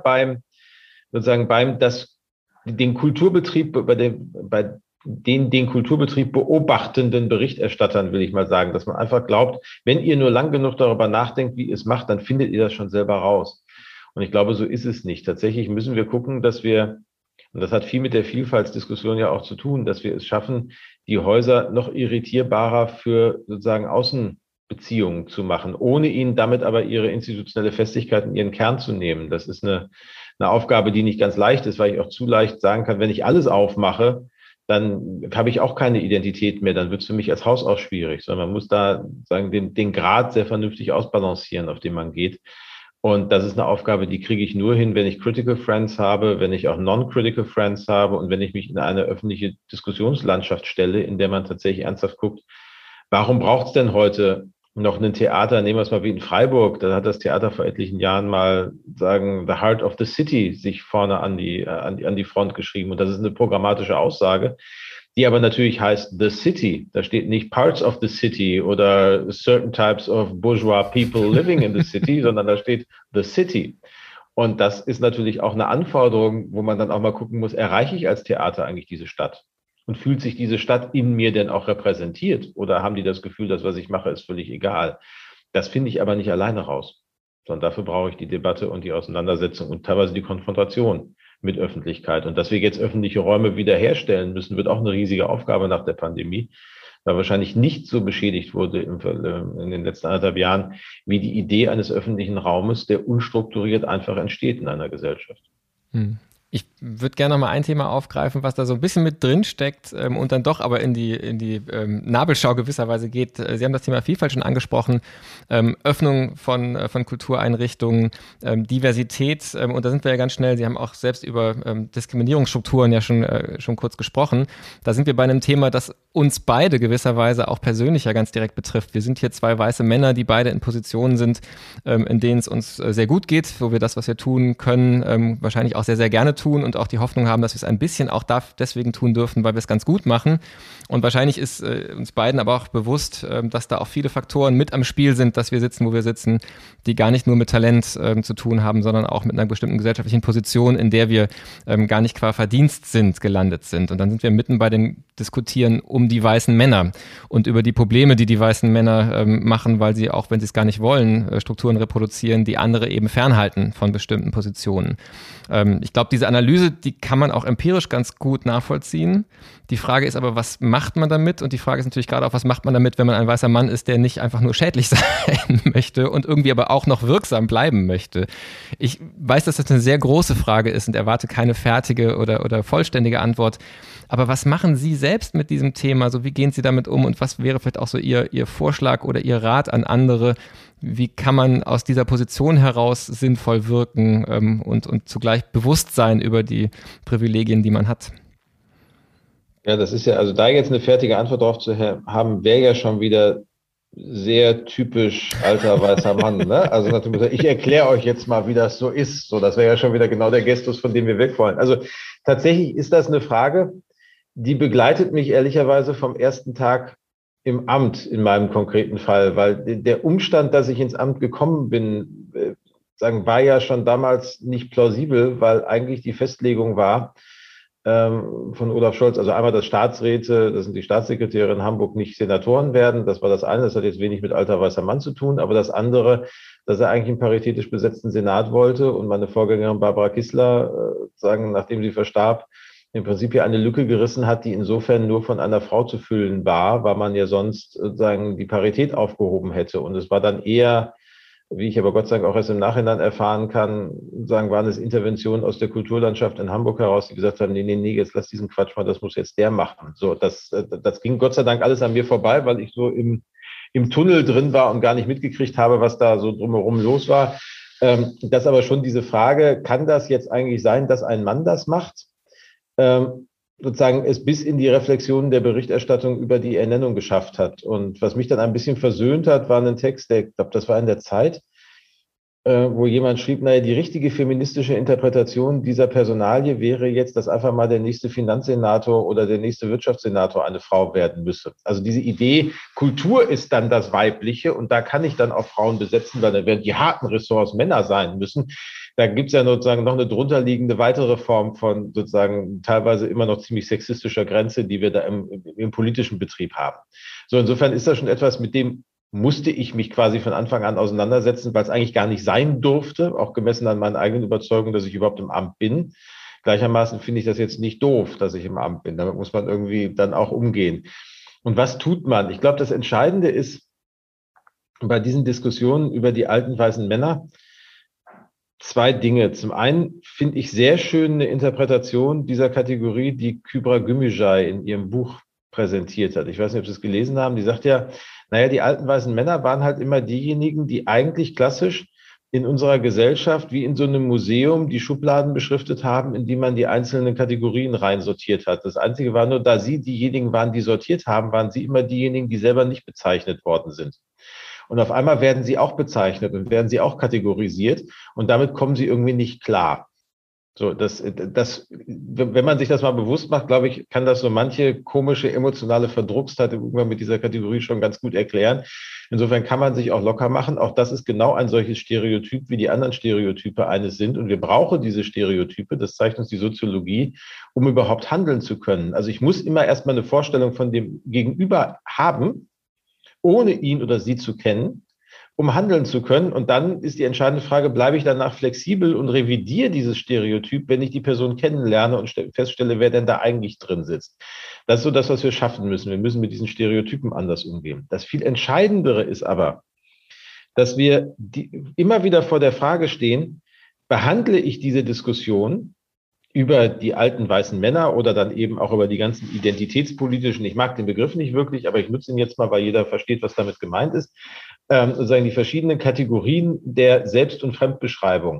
[SPEAKER 2] den Kulturbetrieb, bei den Kulturbetrieb beobachtenden Berichterstattern, will ich mal sagen, dass man einfach glaubt, wenn ihr nur lang genug darüber nachdenkt, wie ihr es macht, dann findet ihr das schon selber raus. Und ich glaube, so ist es nicht. Tatsächlich müssen wir gucken, dass wir, und das hat viel mit der Vielfaltsdiskussion ja auch zu tun, dass wir es schaffen, die Häuser noch irritierbarer für sozusagen Außenbeziehungen zu machen, ohne ihnen damit aber ihre institutionelle Festigkeit in ihren Kern zu nehmen. Das ist eine Aufgabe, die nicht ganz leicht ist, weil ich auch zu leicht sagen kann, wenn ich alles aufmache, dann habe ich auch keine Identität mehr, dann wird es für mich als Haus auch schwierig, sondern man muss da sagen, den Grad sehr vernünftig ausbalancieren, auf den man geht. Und das ist eine Aufgabe, die kriege ich nur hin, wenn ich Critical Friends habe, wenn ich auch Non-Critical Friends habe und wenn ich mich in eine öffentliche Diskussionslandschaft stelle, in der man tatsächlich ernsthaft guckt, warum braucht es denn heute noch ein Theater, nehmen wir es mal wie in Freiburg, da hat das Theater vor etlichen Jahren mal, sagen, The Heart of the City sich vorne an die Front geschrieben. Und das ist eine programmatische Aussage, die aber natürlich heißt The City. Da steht nicht Parts of the City oder Certain Types of Bourgeois People living in the City, sondern da steht The City. Und das ist natürlich auch eine Anforderung, wo man dann auch mal gucken muss, erreiche ich als Theater eigentlich diese Stadt? Und fühlt sich diese Stadt in mir denn auch repräsentiert? Oder haben die das Gefühl, das, was ich mache, ist völlig egal? Das finde ich aber nicht alleine raus, sondern dafür brauche ich die Debatte und die Auseinandersetzung und teilweise die Konfrontation mit Öffentlichkeit. Und dass wir jetzt öffentliche Räume wiederherstellen müssen, wird auch eine riesige Aufgabe nach der Pandemie, weil wahrscheinlich nicht so beschädigt wurde in den letzten 1,5 Jahren wie die Idee eines öffentlichen Raumes, der unstrukturiert einfach entsteht in einer Gesellschaft.
[SPEAKER 1] Ich würde gerne noch mal ein Thema aufgreifen, was da so ein bisschen mit drin steckt und dann doch aber in die Nabelschau gewisserweise geht. Sie haben das Thema Vielfalt schon angesprochen, Öffnung von Kultureinrichtungen, Diversität und da sind wir ja ganz schnell, Sie haben auch selbst über Diskriminierungsstrukturen ja schon kurz gesprochen. Da sind wir bei einem Thema, das uns beide gewisserweise auch persönlich ja ganz direkt betrifft. Wir sind hier 2 weiße Männer, die beide in Positionen sind, in denen es uns sehr gut geht, wo wir das, was wir tun können, wahrscheinlich auch sehr, sehr gerne tun und auch die Hoffnung haben, dass wir es ein bisschen auch deswegen tun dürfen, weil wir es ganz gut machen. Und wahrscheinlich ist uns beiden aber auch bewusst, dass da auch viele Faktoren mit am Spiel sind, dass wir sitzen, wo wir sitzen, die gar nicht nur mit Talent zu tun haben, sondern auch mit einer bestimmten gesellschaftlichen Position, in der wir gar nicht qua Verdienst gelandet sind. Und dann sind wir mitten bei den Diskutieren um die weißen Männer und über die Probleme, die weißen Männer machen, weil sie, auch wenn sie es gar nicht wollen, Strukturen reproduzieren, die andere eben fernhalten von bestimmten Positionen. Ich glaube, diese Analyse, die kann man auch empirisch ganz gut nachvollziehen. Die Frage ist aber, was macht man damit? Und die Frage ist natürlich gerade auch, was macht man damit, wenn man ein weißer Mann ist, der nicht einfach nur schädlich sein möchte und irgendwie aber auch noch wirksam bleiben möchte. Ich weiß, dass das eine sehr große Frage ist und erwarte keine fertige oder vollständige Antwort. Aber was machen Sie selbst mit diesem Thema? So, wie gehen Sie damit um und was wäre vielleicht auch so Ihr Vorschlag oder Ihr Rat an andere? Wie kann man aus dieser Position heraus sinnvoll wirken und zugleich bewusst sein über die Privilegien, die man hat?
[SPEAKER 2] Ja, das ist ja, also da jetzt eine fertige Antwort drauf zu haben, wäre ja schon wieder sehr typisch alter weißer Mann, ne? Also natürlich, ich erkläre euch jetzt mal, wie das so ist. So, das wäre ja schon wieder genau der Gestus, von dem wir weg wollen. Also tatsächlich ist das eine Frage, die begleitet mich ehrlicherweise vom ersten Tag im Amt in meinem konkreten Fall, weil der Umstand, dass ich ins Amt gekommen bin, war ja schon damals nicht plausibel, weil eigentlich die Festlegung war von Olaf Scholz, also einmal, dass Staatsräte, das sind die Staatssekretäre in Hamburg, nicht Senatoren werden. Das war das eine, das hat jetzt wenig mit alter weißer Mann zu tun, aber das andere, dass er eigentlich einen paritätisch besetzten Senat wollte und meine Vorgängerin Barbara Kissler, nachdem sie verstarb, im Prinzip ja eine Lücke gerissen hat, die insofern nur von einer Frau zu füllen war, weil man ja sonst die Parität aufgehoben hätte. Und es war dann eher, wie ich aber Gott sei Dank auch erst im Nachhinein erfahren kann, waren es Interventionen aus der Kulturlandschaft in Hamburg heraus, die gesagt haben, nee, jetzt lass diesen Quatsch mal, das muss jetzt der machen. So, das ging Gott sei Dank alles an mir vorbei, weil ich so im Tunnel drin war und gar nicht mitgekriegt habe, was da so drumherum los war. Das aber schon diese Frage, kann das jetzt eigentlich sein, dass ein Mann das macht? Es bis in die Reflexion der Berichterstattung über die Ernennung geschafft hat. Und was mich dann ein bisschen versöhnt hat, war ein Text, ich glaube, das war in der Zeit, wo jemand schrieb, die richtige feministische Interpretation dieser Personalie wäre jetzt, dass einfach mal der nächste Finanzsenator oder der nächste Wirtschaftssenator eine Frau werden müsse. Also diese Idee, Kultur ist dann das Weibliche und da kann ich dann auch Frauen besetzen, weil dann werden die harten Ressorts Männer sein müssen. Da gibt es ja sozusagen noch eine drunterliegende weitere Form von sozusagen teilweise immer noch ziemlich sexistischer Grenze, die wir da im politischen Betrieb haben. So, insofern ist das schon etwas, mit dem musste ich mich quasi von Anfang an auseinandersetzen, weil es eigentlich gar nicht sein durfte, auch gemessen an meinen eigenen Überzeugungen, dass ich überhaupt im Amt bin. Gleichermaßen finde ich das jetzt nicht doof, dass ich im Amt bin. Damit muss man irgendwie dann auch umgehen. Und was tut man? Ich glaube, das Entscheidende ist bei diesen Diskussionen über die alten weißen Männer 2 Dinge. Zum einen finde ich sehr schön eine Interpretation dieser Kategorie, die Kübra Gümüşay in ihrem Buch präsentiert hat. Ich weiß nicht, ob Sie es gelesen haben. Die sagt ja, die alten weißen Männer waren halt immer diejenigen, die eigentlich klassisch in unserer Gesellschaft wie in so einem Museum die Schubladen beschriftet haben, in die man die einzelnen Kategorien reinsortiert hat. Das Einzige war nur, da sie diejenigen waren, die sortiert haben, waren sie immer diejenigen, die selber nicht bezeichnet worden sind. Und auf einmal werden sie auch bezeichnet und werden sie auch kategorisiert und damit kommen sie irgendwie nicht klar. So, wenn man sich das mal bewusst macht, glaube ich, kann das so manche komische emotionale Verdruckstheit irgendwann mit dieser Kategorie schon ganz gut erklären. Insofern kann man sich auch locker machen. Auch das ist genau ein solches Stereotyp, wie die anderen Stereotype eines sind. Und wir brauchen diese Stereotype, das zeigt uns die Soziologie, um überhaupt handeln zu können. Also ich muss immer erstmal eine Vorstellung von dem Gegenüber haben, ohne ihn oder sie zu kennen, um handeln zu können. Und dann ist die entscheidende Frage, bleibe ich danach flexibel und revidiere dieses Stereotyp, wenn ich die Person kennenlerne und feststelle, wer denn da eigentlich drin sitzt. Das ist so das, was wir schaffen müssen. Wir müssen mit diesen Stereotypen anders umgehen. Das viel Entscheidendere ist aber, dass wir immer wieder vor der Frage stehen, behandle ich diese Diskussion über die alten weißen Männer oder dann eben auch über die ganzen identitätspolitischen, ich mag den Begriff nicht wirklich, aber ich nutze ihn jetzt mal, weil jeder versteht, was damit gemeint ist, sozusagen die verschiedenen Kategorien der Selbst- und Fremdbeschreibung.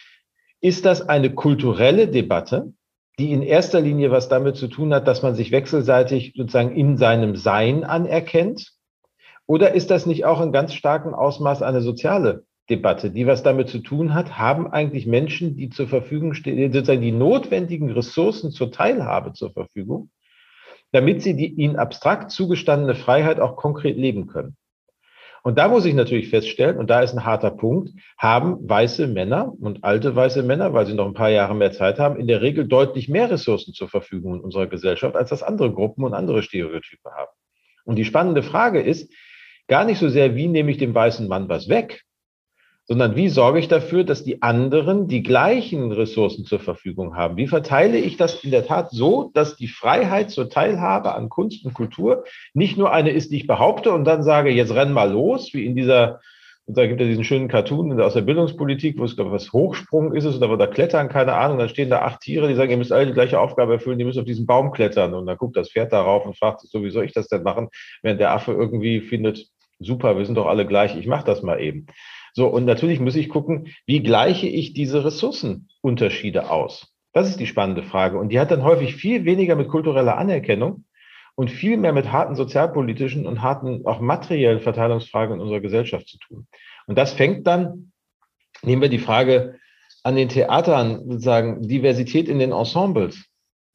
[SPEAKER 2] Ist das eine kulturelle Debatte, die in erster Linie was damit zu tun hat, dass man sich wechselseitig sozusagen in seinem Sein anerkennt? Oder ist das nicht auch in ganz starkem Ausmaß eine soziale Debatte, die was damit zu tun hat, haben eigentlich Menschen, die zur Verfügung stehen, sozusagen die notwendigen Ressourcen zur Teilhabe zur Verfügung, damit sie die ihnen abstrakt zugestandene Freiheit auch konkret leben können. Und da muss ich natürlich feststellen, und da ist ein harter Punkt, haben weiße Männer und alte weiße Männer, weil sie noch ein paar Jahre mehr Zeit haben, in der Regel deutlich mehr Ressourcen zur Verfügung in unserer Gesellschaft, als das andere Gruppen und andere Stereotype haben. Und die spannende Frage ist gar nicht so sehr, wie nehme ich dem weißen Mann was weg, sondern wie sorge ich dafür, dass die anderen die gleichen Ressourcen zur Verfügung haben? Wie verteile ich das in der Tat so, dass die Freiheit zur Teilhabe an Kunst und Kultur nicht nur eine ist, die ich behaupte und dann sage, jetzt renn mal los, wie in dieser, und da gibt es diesen schönen Cartoon aus der Bildungspolitik, wo es, glaube ich, was Hochsprung ist es oder Klettern, keine Ahnung, dann stehen da 8 Tiere, die sagen, ihr müsst alle die gleiche Aufgabe erfüllen, die müssen auf diesen Baum klettern und dann guckt das Pferd darauf und fragt sich so, wie soll ich das denn machen, während der Affe irgendwie findet, super, wir sind doch alle gleich, ich mache das mal eben. So, und natürlich muss ich gucken, wie gleiche ich diese Ressourcenunterschiede aus? Das ist die spannende Frage. Und die hat dann häufig viel weniger mit kultureller Anerkennung und viel mehr mit harten sozialpolitischen und harten, auch materiellen Verteilungsfragen in unserer Gesellschaft zu tun. Und das fängt dann, nehmen wir die Frage an den Theatern, sozusagen Diversität in den Ensembles.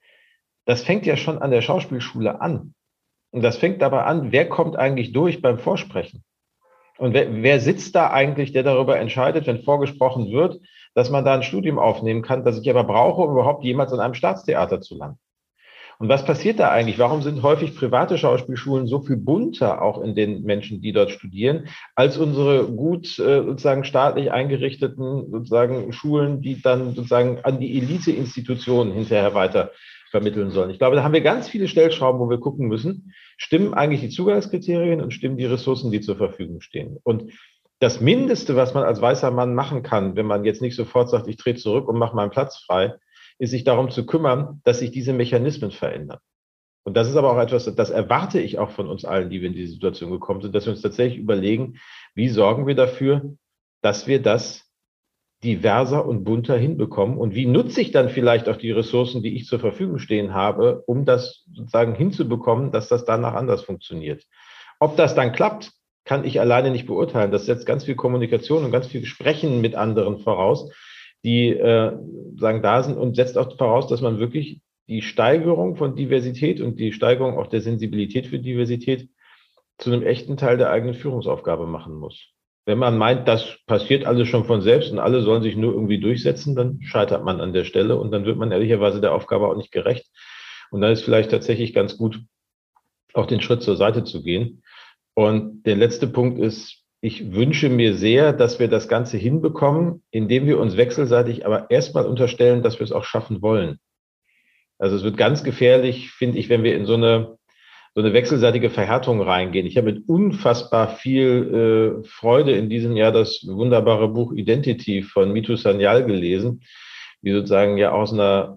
[SPEAKER 2] Das fängt ja schon an der Schauspielschule an. Und das fängt dabei an, wer kommt eigentlich durch beim Vorsprechen? Und wer sitzt da eigentlich, der darüber entscheidet, wenn vorgesprochen wird, dass man da ein Studium aufnehmen kann, das ich aber brauche, um überhaupt jemals an einem Staatstheater zu landen? Und was passiert da eigentlich? Warum sind häufig private Schauspielschulen so viel bunter auch in den Menschen, die dort studieren, als unsere gut sozusagen staatlich eingerichteten sozusagen Schulen, die dann sozusagen an die Elite-Institutionen hinterher weiter vermitteln sollen? Ich glaube, da haben wir ganz viele Stellschrauben, wo wir gucken müssen, stimmen eigentlich die Zugangskriterien und stimmen die Ressourcen, die zur Verfügung stehen? Und das Mindeste, was man als weißer Mann machen kann, wenn man jetzt nicht sofort sagt, ich trete zurück und mache meinen Platz frei, ist sich darum zu kümmern, dass sich diese Mechanismen verändern. Und das ist aber auch etwas, das erwarte ich auch von uns allen, die wir in diese Situation gekommen sind, dass wir uns tatsächlich überlegen, wie sorgen wir dafür, dass wir das diverser und bunter hinbekommen und wie nutze ich dann vielleicht auch die Ressourcen, die ich zur Verfügung stehen habe, um das sozusagen hinzubekommen, dass das danach anders funktioniert. Ob das dann klappt, kann ich alleine nicht beurteilen. Das setzt ganz viel Kommunikation und ganz viel Sprechen mit anderen voraus, die sagen da sind und setzt auch voraus, dass man wirklich die Steigerung von Diversität und die Steigerung auch der Sensibilität für Diversität zu einem echten Teil der eigenen Führungsaufgabe machen muss. Wenn man meint, das passiert alles schon von selbst und alle sollen sich nur irgendwie durchsetzen, dann scheitert man an der Stelle und dann wird man ehrlicherweise der Aufgabe auch nicht gerecht. Und dann ist vielleicht tatsächlich ganz gut, auch den Schritt zur Seite zu gehen. Und der letzte Punkt ist, ich wünsche mir sehr, dass wir das Ganze hinbekommen, indem wir uns wechselseitig aber erstmal unterstellen, dass wir es auch schaffen wollen. Also es wird ganz gefährlich, finde ich, wenn wir in so eine wechselseitige Verhärtung reingehen. Ich habe mit unfassbar viel Freude in diesem Jahr das wunderbare Buch Identity von Mitu Sanyal gelesen, die sozusagen ja aus einer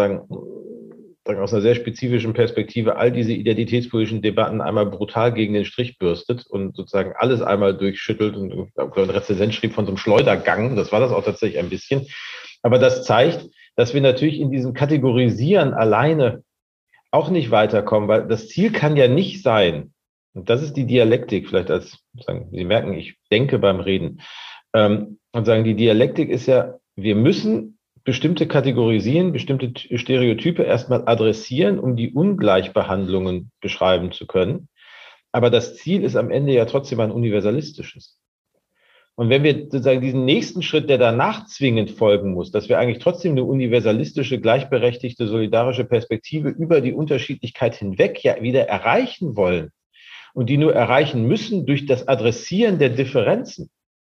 [SPEAKER 2] sehr spezifischen Perspektive all diese identitätspolitischen Debatten einmal brutal gegen den Strich bürstet und sozusagen alles einmal durchschüttelt und ein Rezensent schrieb von so einem Schleudergang. Das war das auch tatsächlich ein bisschen. Aber das zeigt, dass wir natürlich in diesem Kategorisieren alleine auch nicht weiterkommen, weil das Ziel kann ja nicht sein, Und das ist die Dialektik, vielleicht als, sagen, Sie merken, ich denke beim Reden. Und sagen, die Dialektik ist ja, wir müssen bestimmte Kategorisieren, bestimmte Stereotype erstmal adressieren, um die Ungleichbehandlungen beschreiben zu können. Aber das Ziel ist am Ende ja trotzdem ein universalistisches. Und wenn wir sozusagen diesen nächsten Schritt, der danach zwingend folgen muss, dass wir eigentlich trotzdem eine universalistische, gleichberechtigte, solidarische Perspektive über die Unterschiedlichkeit hinweg ja wieder erreichen wollen und die nur erreichen müssen durch das Adressieren der Differenzen,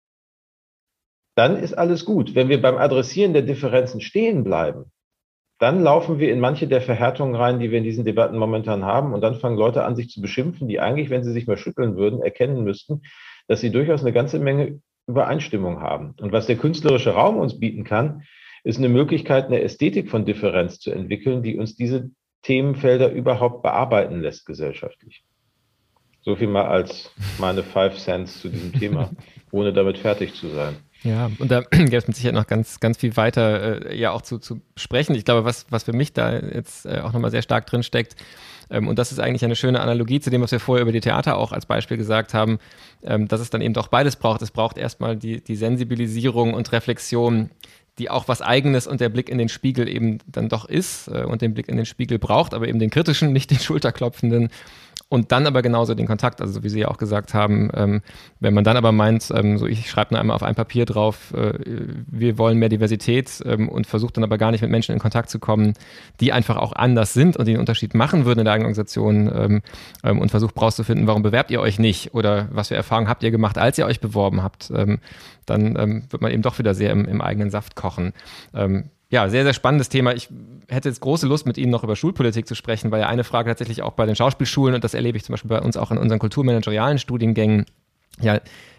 [SPEAKER 2] dann ist alles gut. Wenn wir beim Adressieren der Differenzen stehen bleiben, dann laufen wir in manche der Verhärtungen rein, die wir in diesen Debatten momentan haben. Und dann fangen Leute an, sich zu beschimpfen, die eigentlich, wenn sie sich mal schütteln würden, erkennen müssten, dass sie durchaus eine ganze Menge Übereinstimmung haben. Und was der künstlerische Raum uns bieten kann, ist eine Möglichkeit, eine Ästhetik von Differenz zu entwickeln, die uns diese Themenfelder überhaupt bearbeiten lässt gesellschaftlich. So viel mal als meine 5 Cents zu diesem Thema, ohne damit fertig zu sein.
[SPEAKER 1] Ja, und da gäbe es mit Sicherheit noch ganz, ganz viel weiter ja auch zu sprechen. Ich glaube, was für mich da jetzt auch nochmal sehr stark drin steckt, und das ist eigentlich eine schöne Analogie zu dem, was wir vorher über die Theater auch als Beispiel gesagt haben, dass es dann eben doch beides braucht. Es braucht erstmal die Sensibilisierung und Reflexion, die auch was Eigenes und der Blick in den Spiegel eben dann doch ist und den Blick in den Spiegel braucht, aber eben den kritischen, nicht den schulterklopfenden. Und dann aber genauso den Kontakt, also so wie Sie ja auch gesagt haben, wenn man dann aber meint, so ich schreibe nur einmal auf ein Papier drauf, wir wollen mehr Diversität und versucht dann aber gar nicht mit Menschen in Kontakt zu kommen, die einfach auch anders sind und die einen Unterschied machen würden in der eigenen Organisation und versucht rauszufinden, warum bewerbt ihr euch nicht oder was für Erfahrungen habt ihr gemacht, als ihr euch beworben habt, dann wird man eben doch wieder sehr im eigenen Saft kochen. Ja, sehr, sehr spannendes Thema. Ich hätte jetzt große Lust, mit Ihnen noch über Schulpolitik zu sprechen, weil ja eine Frage tatsächlich auch bei den Schauspielschulen, und das erlebe ich zum Beispiel bei uns auch in unseren kulturmanagerialen Studiengängen, ja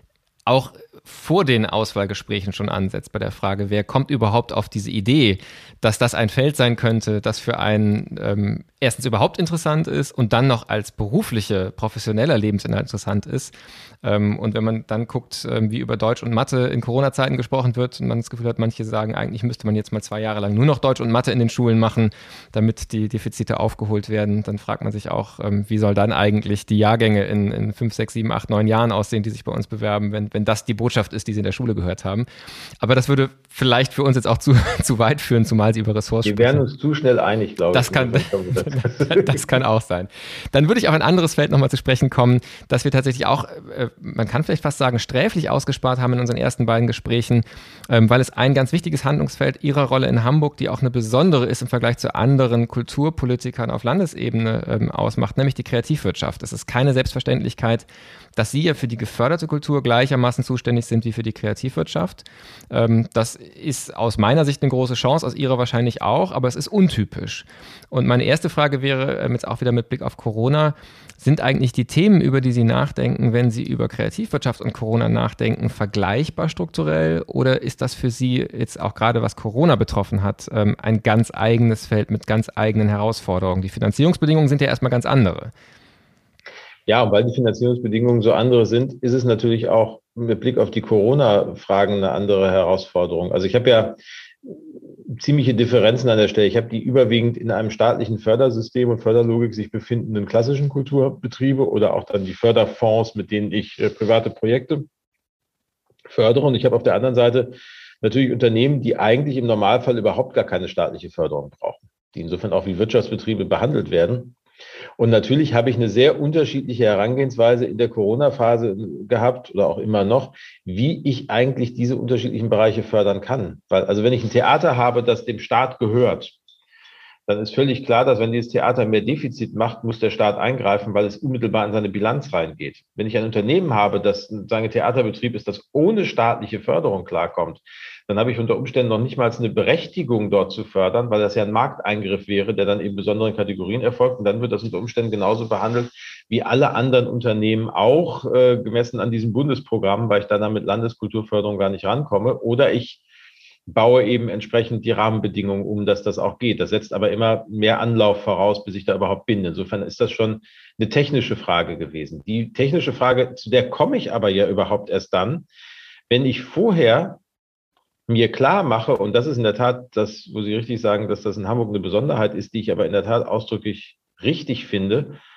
[SPEAKER 1] auch vor den Auswahlgesprächen schon ansetzt bei der Frage, wer kommt überhaupt auf diese Idee, dass das ein Feld sein könnte, das für einen erstens überhaupt interessant ist und dann noch als professioneller Lebensinhalt interessant ist. Und wenn man dann guckt, wie über Deutsch und Mathe in Corona-Zeiten gesprochen wird und man das Gefühl hat, manche sagen, eigentlich müsste man jetzt mal 2 Jahre lang nur noch Deutsch und Mathe in den Schulen machen, damit die Defizite aufgeholt werden, dann fragt man sich auch, wie soll dann eigentlich die Jahrgänge in 5, 6, 7, 8, 9 Jahren aussehen, die sich bei uns bewerben, wenn das die Botschaft ist, die sie in der Schule gehört haben. Aber das würde vielleicht für uns jetzt auch zu weit führen, zumal Sie über Ressorts sprechen.
[SPEAKER 2] Wir werden uns zu schnell einig, glaube ich.
[SPEAKER 1] Das kann auch sein. Dann würde ich auf ein anderes Feld nochmal zu sprechen kommen, dass wir tatsächlich auch, man kann vielleicht fast sagen, sträflich ausgespart haben in unseren ersten beiden Gesprächen, weil es ein ganz wichtiges Handlungsfeld Ihrer Rolle in Hamburg, die auch eine besondere ist im Vergleich zu anderen Kulturpolitikern auf Landesebene ausmacht, nämlich die Kreativwirtschaft. Es ist keine Selbstverständlichkeit, dass Sie ja für die geförderte Kultur gleichermaßen zuständig sind wie für die Kreativwirtschaft. Das ist aus meiner Sicht eine große Chance, aus Ihrer wahrscheinlich auch, aber es ist untypisch. Und meine erste Frage wäre, jetzt auch wieder mit Blick auf Corona, sind eigentlich die Themen, über die Sie nachdenken, wenn Sie über Kreativwirtschaft und Corona nachdenken, vergleichbar strukturell, oder ist das für Sie jetzt auch gerade, was Corona betroffen hat, ein ganz eigenes Feld mit ganz eigenen Herausforderungen? Die Finanzierungsbedingungen sind ja erstmal ganz andere.
[SPEAKER 2] Ja, und weil die Finanzierungsbedingungen so andere sind, ist es natürlich auch mit Blick auf die Corona-Fragen eine andere Herausforderung. Also ich habe ja ziemliche Differenzen an der Stelle. Ich habe die überwiegend in einem staatlichen Fördersystem und Förderlogik sich befindenden klassischen Kulturbetriebe oder auch dann die Förderfonds, mit denen ich private Projekte fördere. Und ich habe auf der anderen Seite natürlich Unternehmen, die eigentlich im Normalfall überhaupt gar keine staatliche Förderung brauchen, die insofern auch wie Wirtschaftsbetriebe behandelt werden. Und natürlich habe ich eine sehr unterschiedliche Herangehensweise in der Corona-Phase gehabt oder auch immer noch, wie ich eigentlich diese unterschiedlichen Bereiche fördern kann. Weil, also wenn ich ein Theater habe, das dem Staat gehört, dann ist völlig klar, dass wenn dieses Theater mehr Defizit macht, muss der Staat eingreifen, weil es unmittelbar in seine Bilanz reingeht. Wenn ich ein Unternehmen habe, das ein Theaterbetrieb ist, das ohne staatliche Förderung klarkommt, dann habe ich unter Umständen noch nicht mal eine Berechtigung, dort zu fördern, weil das ja ein Markteingriff wäre, der dann in besonderen Kategorien erfolgt. Und dann wird das unter Umständen genauso behandelt wie alle anderen Unternehmen auch, gemessen an diesem Bundesprogramm, weil ich dann mit Landeskulturförderung gar nicht rankomme. Oder ich baue eben entsprechend die Rahmenbedingungen um, dass das auch geht. Das setzt aber immer mehr Anlauf voraus, bis ich da überhaupt bin. Insofern ist das schon eine technische Frage gewesen. Die technische Frage, zu der komme ich aber ja überhaupt erst dann, wenn ich vorher mir klar mache, und das ist in der Tat das, wo Sie richtig sagen, dass das in Hamburg eine Besonderheit ist, die ich aber in der Tat ausdrücklich richtig finde,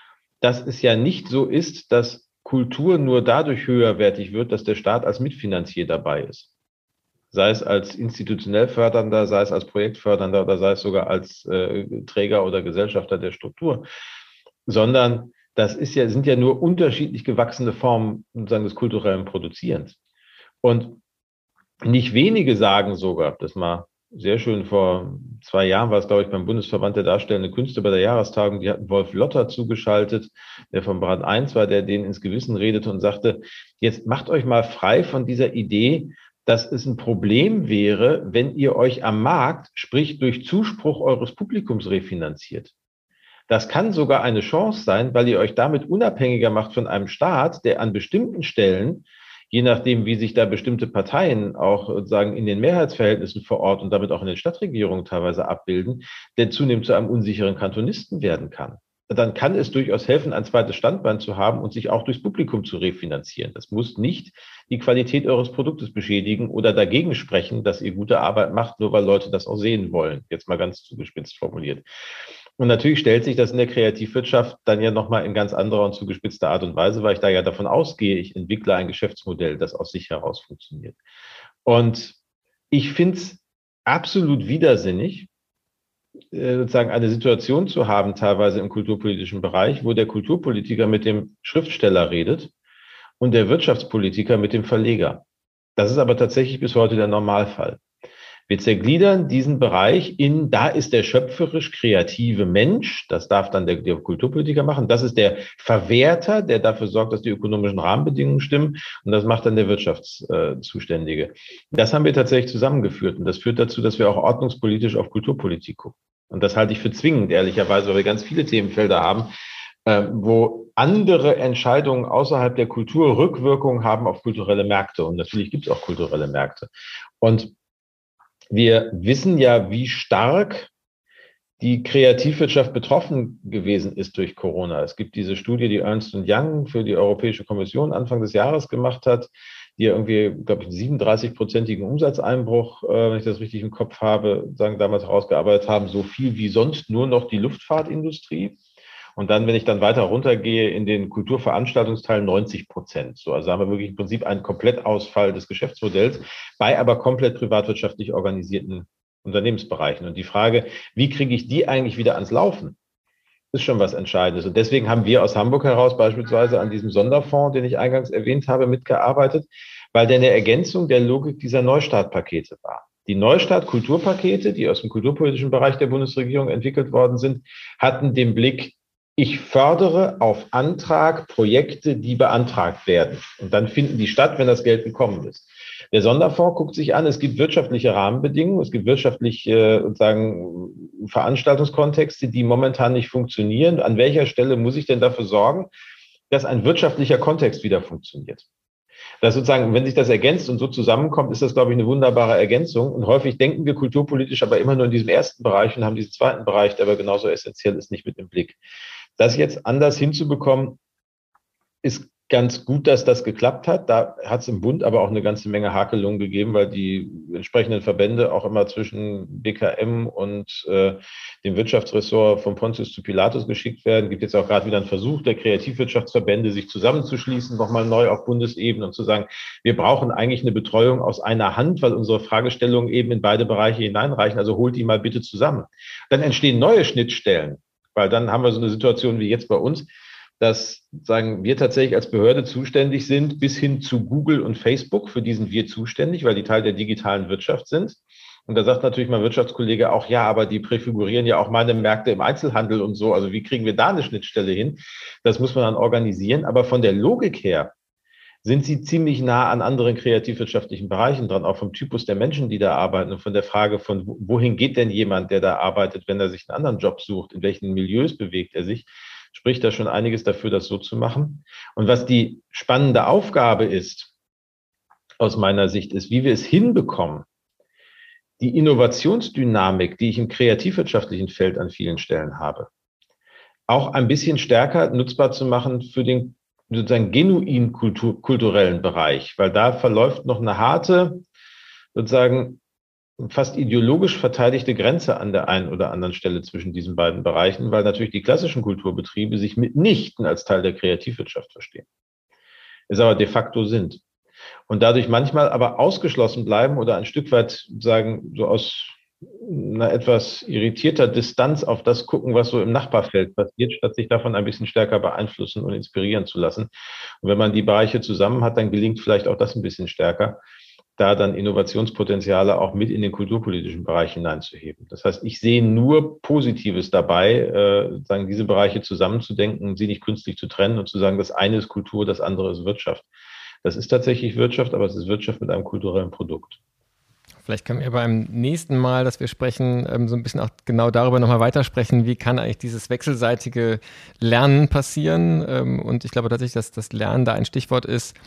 [SPEAKER 2] dass es ja nicht so ist, dass Kultur nur dadurch höherwertig wird, dass der Staat als Mitfinanzier dabei ist. Sei es als institutionell Fördernder, sei es als Projektfördernder oder sei es sogar als Träger oder Gesellschafter der Struktur, sondern das sind ja nur unterschiedlich gewachsene Formen sozusagen des kulturellen Produzierens. Und nicht wenige sagen sogar, das mal sehr schön, vor 2 Jahren war es, glaube ich, beim Bundesverband der Darstellenden Künste bei der Jahrestagung, die hatten Wolf Lotter zugeschaltet, der von Brand 1 war, der denen ins Gewissen redete und sagte, jetzt macht euch mal frei von dieser Idee, dass es ein Problem wäre, wenn ihr euch am Markt, sprich durch Zuspruch eures Publikums refinanziert. Das kann sogar eine Chance sein, weil ihr euch damit unabhängiger macht von einem Staat, der an bestimmten Stellen, je nachdem, wie sich da bestimmte Parteien auch sozusagen in den Mehrheitsverhältnissen vor Ort und damit auch in den Stadtregierungen teilweise abbilden, der zunehmend zu einem unsicheren Kantonisten werden kann. Dann kann es durchaus helfen, ein zweites Standbein zu haben und sich auch durchs Publikum zu refinanzieren. Das muss nicht die Qualität eures Produktes beschädigen oder dagegen sprechen, dass ihr gute Arbeit macht, nur weil Leute das auch sehen wollen. Jetzt mal ganz zugespitzt formuliert. Und natürlich stellt sich das in der Kreativwirtschaft dann ja nochmal in ganz anderer und zugespitzter Art und Weise, weil ich da ja davon ausgehe, ich entwickle ein Geschäftsmodell, das aus sich heraus funktioniert. Und ich finde es absolut widersinnig, sozusagen eine Situation zu haben, teilweise im kulturpolitischen Bereich, wo der Kulturpolitiker mit dem Schriftsteller redet und der Wirtschaftspolitiker mit dem Verleger. Das ist aber tatsächlich bis heute der Normalfall. Wir zergliedern diesen Bereich in, da ist der schöpferisch kreative Mensch, das darf dann der Kulturpolitiker machen, das ist der Verwerter, der dafür sorgt, dass die ökonomischen Rahmenbedingungen stimmen und das macht dann der Wirtschaftszuständige. Das haben wir tatsächlich zusammengeführt und das führt dazu, dass wir auch ordnungspolitisch auf Kulturpolitik gucken. Und das halte ich für zwingend, ehrlicherweise, weil wir ganz viele Themenfelder haben, wo andere Entscheidungen außerhalb der Kultur Rückwirkungen haben auf kulturelle Märkte. Und natürlich gibt es auch kulturelle Märkte. Und wir wissen ja, wie stark die Kreativwirtschaft betroffen gewesen ist durch Corona. Es gibt diese Studie, die Ernst & Young für die Europäische Kommission Anfang des Jahres gemacht hat, die ja irgendwie, glaube ich, einen 37-prozentigen Umsatzeinbruch, wenn ich das richtig im Kopf habe, sagen damals herausgearbeitet haben, so viel wie sonst nur noch die Luftfahrtindustrie. Und dann, wenn ich dann weiter runtergehe in den Kulturveranstaltungsteil, 90%. So, also haben wir wirklich im Prinzip einen Komplettausfall des Geschäftsmodells bei aber komplett privatwirtschaftlich organisierten Unternehmensbereichen. Und die Frage, wie kriege ich die eigentlich wieder ans Laufen, ist schon was Entscheidendes. Und deswegen haben wir aus Hamburg heraus beispielsweise an diesem Sonderfonds, den ich eingangs erwähnt habe, mitgearbeitet, weil der eine Ergänzung der Logik dieser Neustartpakete war. Die Neustart-Kulturpakete, die aus dem kulturpolitischen Bereich der Bundesregierung entwickelt worden sind, hatten den Blick, ich fördere auf Antrag Projekte, die beantragt werden. Und dann finden die statt, wenn das Geld gekommen ist. Der Sonderfonds guckt sich an, es gibt wirtschaftliche Rahmenbedingungen, es gibt wirtschaftliche sozusagen Veranstaltungskontexte, die momentan nicht funktionieren. An welcher Stelle muss ich denn dafür sorgen, dass ein wirtschaftlicher Kontext wieder funktioniert? Das sozusagen, wenn sich das ergänzt und so zusammenkommt, ist das, glaube ich, eine wunderbare Ergänzung. Und häufig denken wir kulturpolitisch aber immer nur in diesem ersten Bereich und haben diesen zweiten Bereich, der aber genauso essentiell ist, nicht mit im Blick. Das jetzt anders hinzubekommen, ist ganz gut, dass das geklappt hat. Da hat es im Bund aber auch eine ganze Menge Hakelungen gegeben, weil die entsprechenden Verbände auch immer zwischen BKM und dem Wirtschaftsressort von Pontius zu Pilatus geschickt werden. Es gibt jetzt auch gerade wieder einen Versuch der Kreativwirtschaftsverbände, sich zusammenzuschließen, nochmal neu auf Bundesebene und zu sagen, wir brauchen eigentlich eine Betreuung aus einer Hand, weil unsere Fragestellungen eben in beide Bereiche hineinreichen. Also holt die mal bitte zusammen. Dann entstehen neue Schnittstellen, weil dann haben wir so eine Situation wie jetzt bei uns, dass sagen wir tatsächlich als Behörde zuständig sind, bis hin zu Google und Facebook, für die sind wir zuständig, weil die Teil der digitalen Wirtschaft sind. Und da sagt natürlich mein Wirtschaftskollege auch, ja, aber die präfigurieren ja auch meine Märkte im Einzelhandel und so. Also wie kriegen wir da eine Schnittstelle hin? Das muss man dann organisieren. Aber von der Logik her sind sie ziemlich nah an anderen kreativwirtschaftlichen Bereichen dran, auch vom Typus der Menschen, die da arbeiten und von der Frage von, wohin geht denn jemand, der da arbeitet, wenn er sich einen anderen Job sucht, in welchen Milieus bewegt er sich, spricht da schon einiges dafür, das so zu machen. Und was die spannende Aufgabe ist, aus meiner Sicht, ist, wie wir es hinbekommen, die Innovationsdynamik, die ich im kreativwirtschaftlichen Feld an vielen Stellen habe, auch ein bisschen stärker nutzbar zu machen für den sozusagen genuin kulturellen Bereich, weil da verläuft noch eine harte sozusagen fast ideologisch verteidigte Grenze an der einen oder anderen Stelle zwischen diesen beiden Bereichen, weil natürlich die klassischen Kulturbetriebe sich mitnichten als Teil der Kreativwirtschaft verstehen, es aber de facto sind. Und dadurch manchmal aber ausgeschlossen bleiben oder ein Stück weit sagen, so aus einer etwas irritierter Distanz auf das gucken, was so im Nachbarfeld passiert, statt sich davon ein bisschen stärker beeinflussen und inspirieren zu lassen. Und wenn man die Bereiche zusammen hat, dann gelingt vielleicht auch das ein bisschen stärker, da dann Innovationspotenziale auch mit in den kulturpolitischen Bereich hineinzuheben. Das heißt, ich sehe nur Positives dabei, sagen, diese Bereiche zusammenzudenken, sie nicht künstlich zu trennen und zu sagen, das eine ist Kultur, das andere ist Wirtschaft. Das ist tatsächlich Wirtschaft, aber es ist Wirtschaft mit einem kulturellen Produkt.
[SPEAKER 1] Vielleicht können wir beim nächsten Mal, dass wir sprechen, so ein bisschen auch genau darüber nochmal weitersprechen, wie kann eigentlich dieses wechselseitige Lernen passieren. Und ich glaube tatsächlich, dass das Lernen da ein Stichwort ist,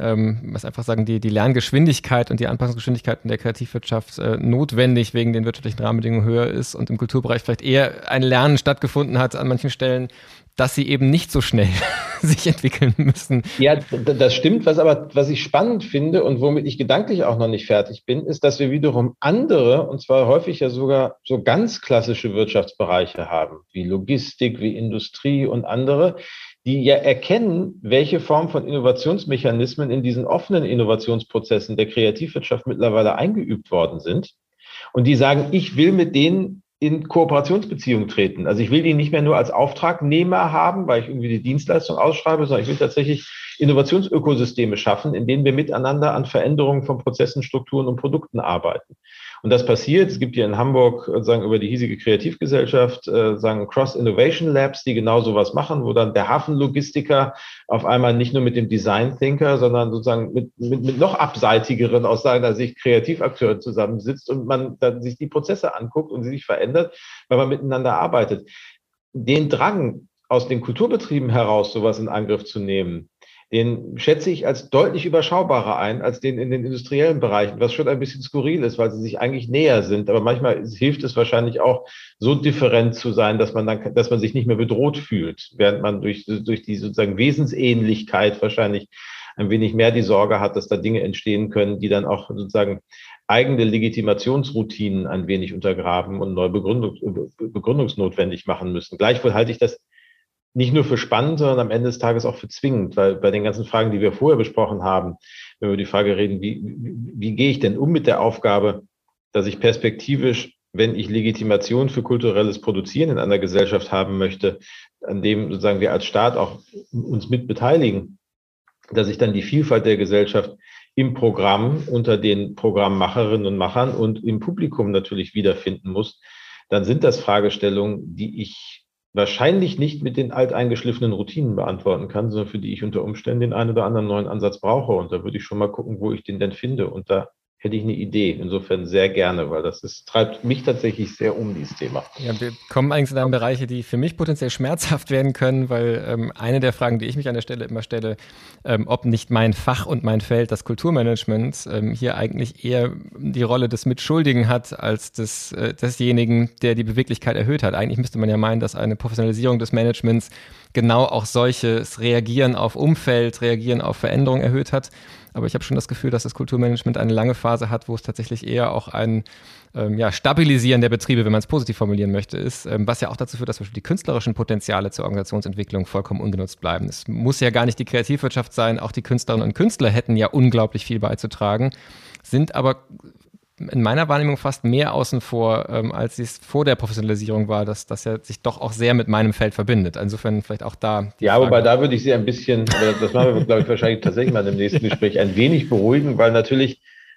[SPEAKER 1] was einfach sagen, die Lerngeschwindigkeit und die Anpassungsgeschwindigkeit in der Kreativwirtschaft notwendig wegen den wirtschaftlichen Rahmenbedingungen höher ist und im Kulturbereich vielleicht eher ein Lernen stattgefunden hat an manchen Stellen, dass sie eben nicht so schnell sich entwickeln müssen.
[SPEAKER 2] Ja, das stimmt. Was ich spannend finde und womit ich gedanklich auch noch nicht fertig bin, ist, dass wir wiederum andere, und zwar häufig ja sogar so ganz klassische Wirtschaftsbereiche haben, wie Logistik, wie Industrie und andere, die ja erkennen, welche Form von Innovationsmechanismen in diesen offenen Innovationsprozessen der Kreativwirtschaft mittlerweile eingeübt worden sind. Und die sagen, ich will mit denen in Kooperationsbeziehung treten. Also ich will die nicht mehr nur als Auftragnehmer haben, weil ich irgendwie die Dienstleistung ausschreibe, sondern ich will tatsächlich Innovationsökosysteme schaffen, in denen wir miteinander an Veränderungen von Prozessen, Strukturen und Produkten arbeiten. Und das passiert. Es gibt hier in Hamburg sagen über die hiesige Kreativgesellschaft sagen Cross-Innovation Labs, die genau sowas machen, wo dann der Hafenlogistiker auf einmal nicht nur mit dem Design Thinker, sondern sozusagen mit noch abseitigeren aus seiner Sicht Kreativakteuren zusammensitzt und man dann sich die Prozesse anguckt und sie sich verändert, weil man miteinander arbeitet. Den Drang aus den Kulturbetrieben heraus, sowas in Angriff zu nehmen, den schätze ich als deutlich überschaubarer ein als den in den industriellen Bereichen, was schon ein bisschen skurril ist, weil sie sich eigentlich näher sind. Aber manchmal hilft es wahrscheinlich auch, so different zu sein, dass man sich nicht mehr bedroht fühlt, während man durch die sozusagen Wesensähnlichkeit wahrscheinlich ein wenig mehr die Sorge hat, dass da Dinge entstehen können, die dann auch sozusagen eigene Legitimationsroutinen ein wenig untergraben und neue begründungsnotwendig machen müssen. Gleichwohl halte ich das nicht nur für spannend, sondern am Ende des Tages auch für zwingend, weil bei den ganzen Fragen, die wir vorher besprochen haben, wenn wir über die Frage reden, wie gehe ich denn um mit der Aufgabe, dass ich perspektivisch, wenn ich Legitimation für kulturelles Produzieren in einer Gesellschaft haben möchte, an dem sozusagen wir als Staat auch uns mit beteiligen, dass ich dann die Vielfalt der Gesellschaft im Programm unter den Programmmacherinnen und Machern und im Publikum natürlich wiederfinden muss, dann sind das Fragestellungen, die ich wahrscheinlich nicht mit den alteingeschliffenen Routinen beantworten kann, sondern für die ich unter Umständen den einen oder anderen neuen Ansatz brauche. Und da würde ich schon mal gucken, wo ich den denn finde. Und da hätte ich eine Idee. Insofern sehr gerne, weil treibt mich tatsächlich sehr um, dieses Thema.
[SPEAKER 1] Ja, wir kommen eigentlich in Bereiche, die für mich potenziell schmerzhaft werden können, weil eine der Fragen, die ich mich an der Stelle immer stelle, ob nicht mein Fach und mein Feld, das Kulturmanagement, hier eigentlich eher die Rolle des Mitschuldigen hat, als desjenigen, der die Beweglichkeit erhöht hat. Eigentlich müsste man ja meinen, dass eine Professionalisierung des Managements genau auch solches Reagieren auf Umfeld, Reagieren auf Veränderung erhöht hat. Aber ich habe schon das Gefühl, dass das Kulturmanagement eine lange Phase hat, wo es tatsächlich eher auch ein Stabilisieren der Betriebe, wenn man es positiv formulieren möchte, ist, was ja auch dazu führt, dass zum Beispiel die künstlerischen Potenziale zur Organisationsentwicklung vollkommen ungenutzt bleiben. Es muss ja gar nicht die Kreativwirtschaft sein, auch die Künstlerinnen und Künstler hätten ja unglaublich viel beizutragen, sind aber in meiner Wahrnehmung fast mehr außen vor, als es vor der Professionalisierung war, dass das ja sich doch auch sehr mit meinem Feld verbindet. Insofern vielleicht auch da die
[SPEAKER 2] Frage. Wobei da würde ich Sie ein bisschen, das machen wir, glaube ich, wahrscheinlich tatsächlich mal im nächsten Gespräch, ein wenig beruhigen, weil natürlich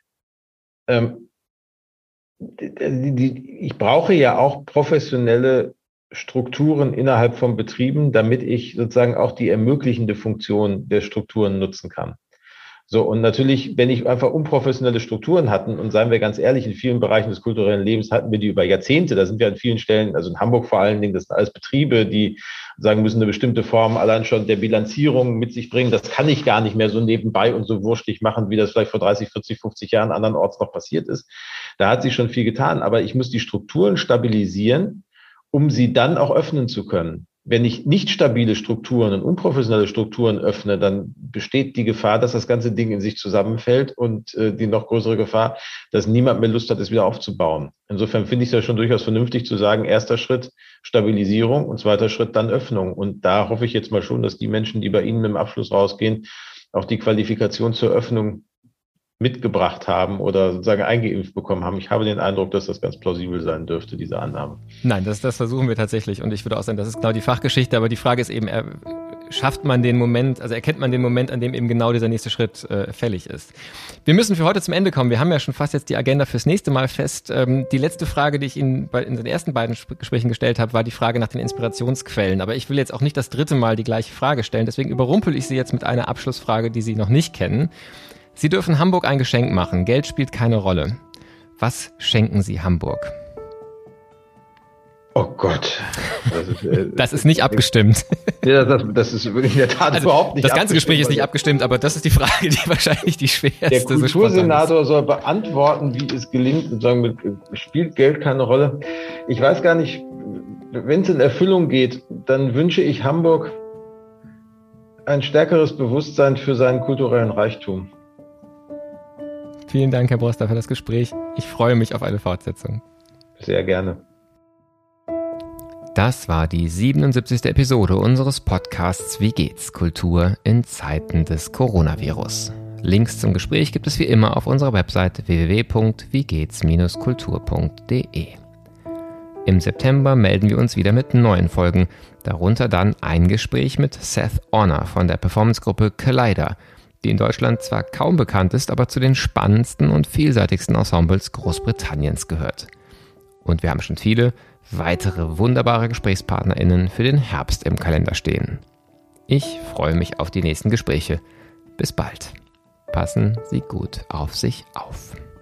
[SPEAKER 2] ich brauche ja auch professionelle Strukturen innerhalb von Betrieben, damit ich sozusagen auch die ermöglichende Funktion der Strukturen nutzen kann. So, und natürlich, wenn ich einfach unprofessionelle Strukturen hatten, und seien wir ganz ehrlich, in vielen Bereichen des kulturellen Lebens hatten wir die über Jahrzehnte, da sind wir an vielen Stellen, also in Hamburg vor allen Dingen, das sind alles Betriebe, die sagen müssen, eine bestimmte Form allein schon der Bilanzierung mit sich bringen, das kann ich gar nicht mehr so nebenbei und so wurschtig machen, wie das vielleicht vor 30, 40, 50 Jahren andernorts noch passiert ist. Da hat sich schon viel getan, aber ich muss die Strukturen stabilisieren, um sie dann auch öffnen zu können. wenn ich nicht stabile Strukturen und unprofessionelle Strukturen öffne, dann besteht die Gefahr, dass das ganze Ding in sich zusammenfällt und die noch größere Gefahr, dass niemand mehr Lust hat, es wieder aufzubauen. Insofern finde ich es ja schon durchaus vernünftig zu sagen, erster Schritt Stabilisierung und zweiter Schritt dann Öffnung. Und da hoffe ich jetzt mal schon, dass die Menschen, die bei Ihnen mit dem Abschluss rausgehen, auch die Qualifikation zur Öffnung mitgebracht haben oder sozusagen eingeimpft bekommen haben. Ich habe den Eindruck, dass das ganz plausibel sein dürfte, diese Annahme.
[SPEAKER 1] Nein, das versuchen wir tatsächlich und ich würde auch sagen, das ist genau die Fachgeschichte, aber die Frage ist eben, schafft man den Moment, also erkennt man den Moment, an dem eben genau dieser nächste Schritt fällig ist. Wir müssen für heute zum Ende kommen. Wir haben ja schon fast jetzt die Agenda fürs nächste Mal fest. Die letzte Frage, die ich Ihnen in den ersten beiden Gesprächen gestellt habe, war die Frage nach den Inspirationsquellen. Aber ich will jetzt auch nicht das dritte Mal die gleiche Frage stellen, deswegen überrumpel ich Sie jetzt mit einer Abschlussfrage, die Sie noch nicht kennen. Sie dürfen Hamburg ein Geschenk machen. Geld spielt keine Rolle. Was schenken Sie Hamburg?
[SPEAKER 2] Oh Gott.
[SPEAKER 1] Das ist nicht abgestimmt.
[SPEAKER 2] Ja, das ist in der Tat überhaupt nicht abgestimmt.
[SPEAKER 1] Das ganze Gespräch ist nicht abgestimmt, aber das ist die Frage, die wahrscheinlich die schwerste ist.
[SPEAKER 2] Der Kultursenator soll beantworten, wie es gelingt und sagen, spielt Geld keine Rolle. Ich weiß gar nicht, wenn es in Erfüllung geht, dann wünsche ich Hamburg ein stärkeres Bewusstsein für seinen kulturellen Reichtum.
[SPEAKER 1] Vielen Dank, Herr Broster, für das Gespräch. Ich freue mich auf eine Fortsetzung.
[SPEAKER 2] Sehr gerne.
[SPEAKER 1] Das war die 77. Episode unseres Podcasts Wie geht's? Kultur in Zeiten des Coronavirus. Links zum Gespräch gibt es wie immer auf unserer Website www.wiegehts-kultur.de. Im September melden wir uns wieder mit neuen Folgen, darunter dann ein Gespräch mit Seth Honor von der Performancegruppe Collider, die in Deutschland zwar kaum bekannt ist, aber zu den spannendsten und vielseitigsten Ensembles Großbritanniens gehört. Und wir haben schon viele weitere wunderbare GesprächspartnerInnen für den Herbst im Kalender stehen. Ich freue mich auf die nächsten Gespräche. Bis bald. Passen Sie gut auf sich auf.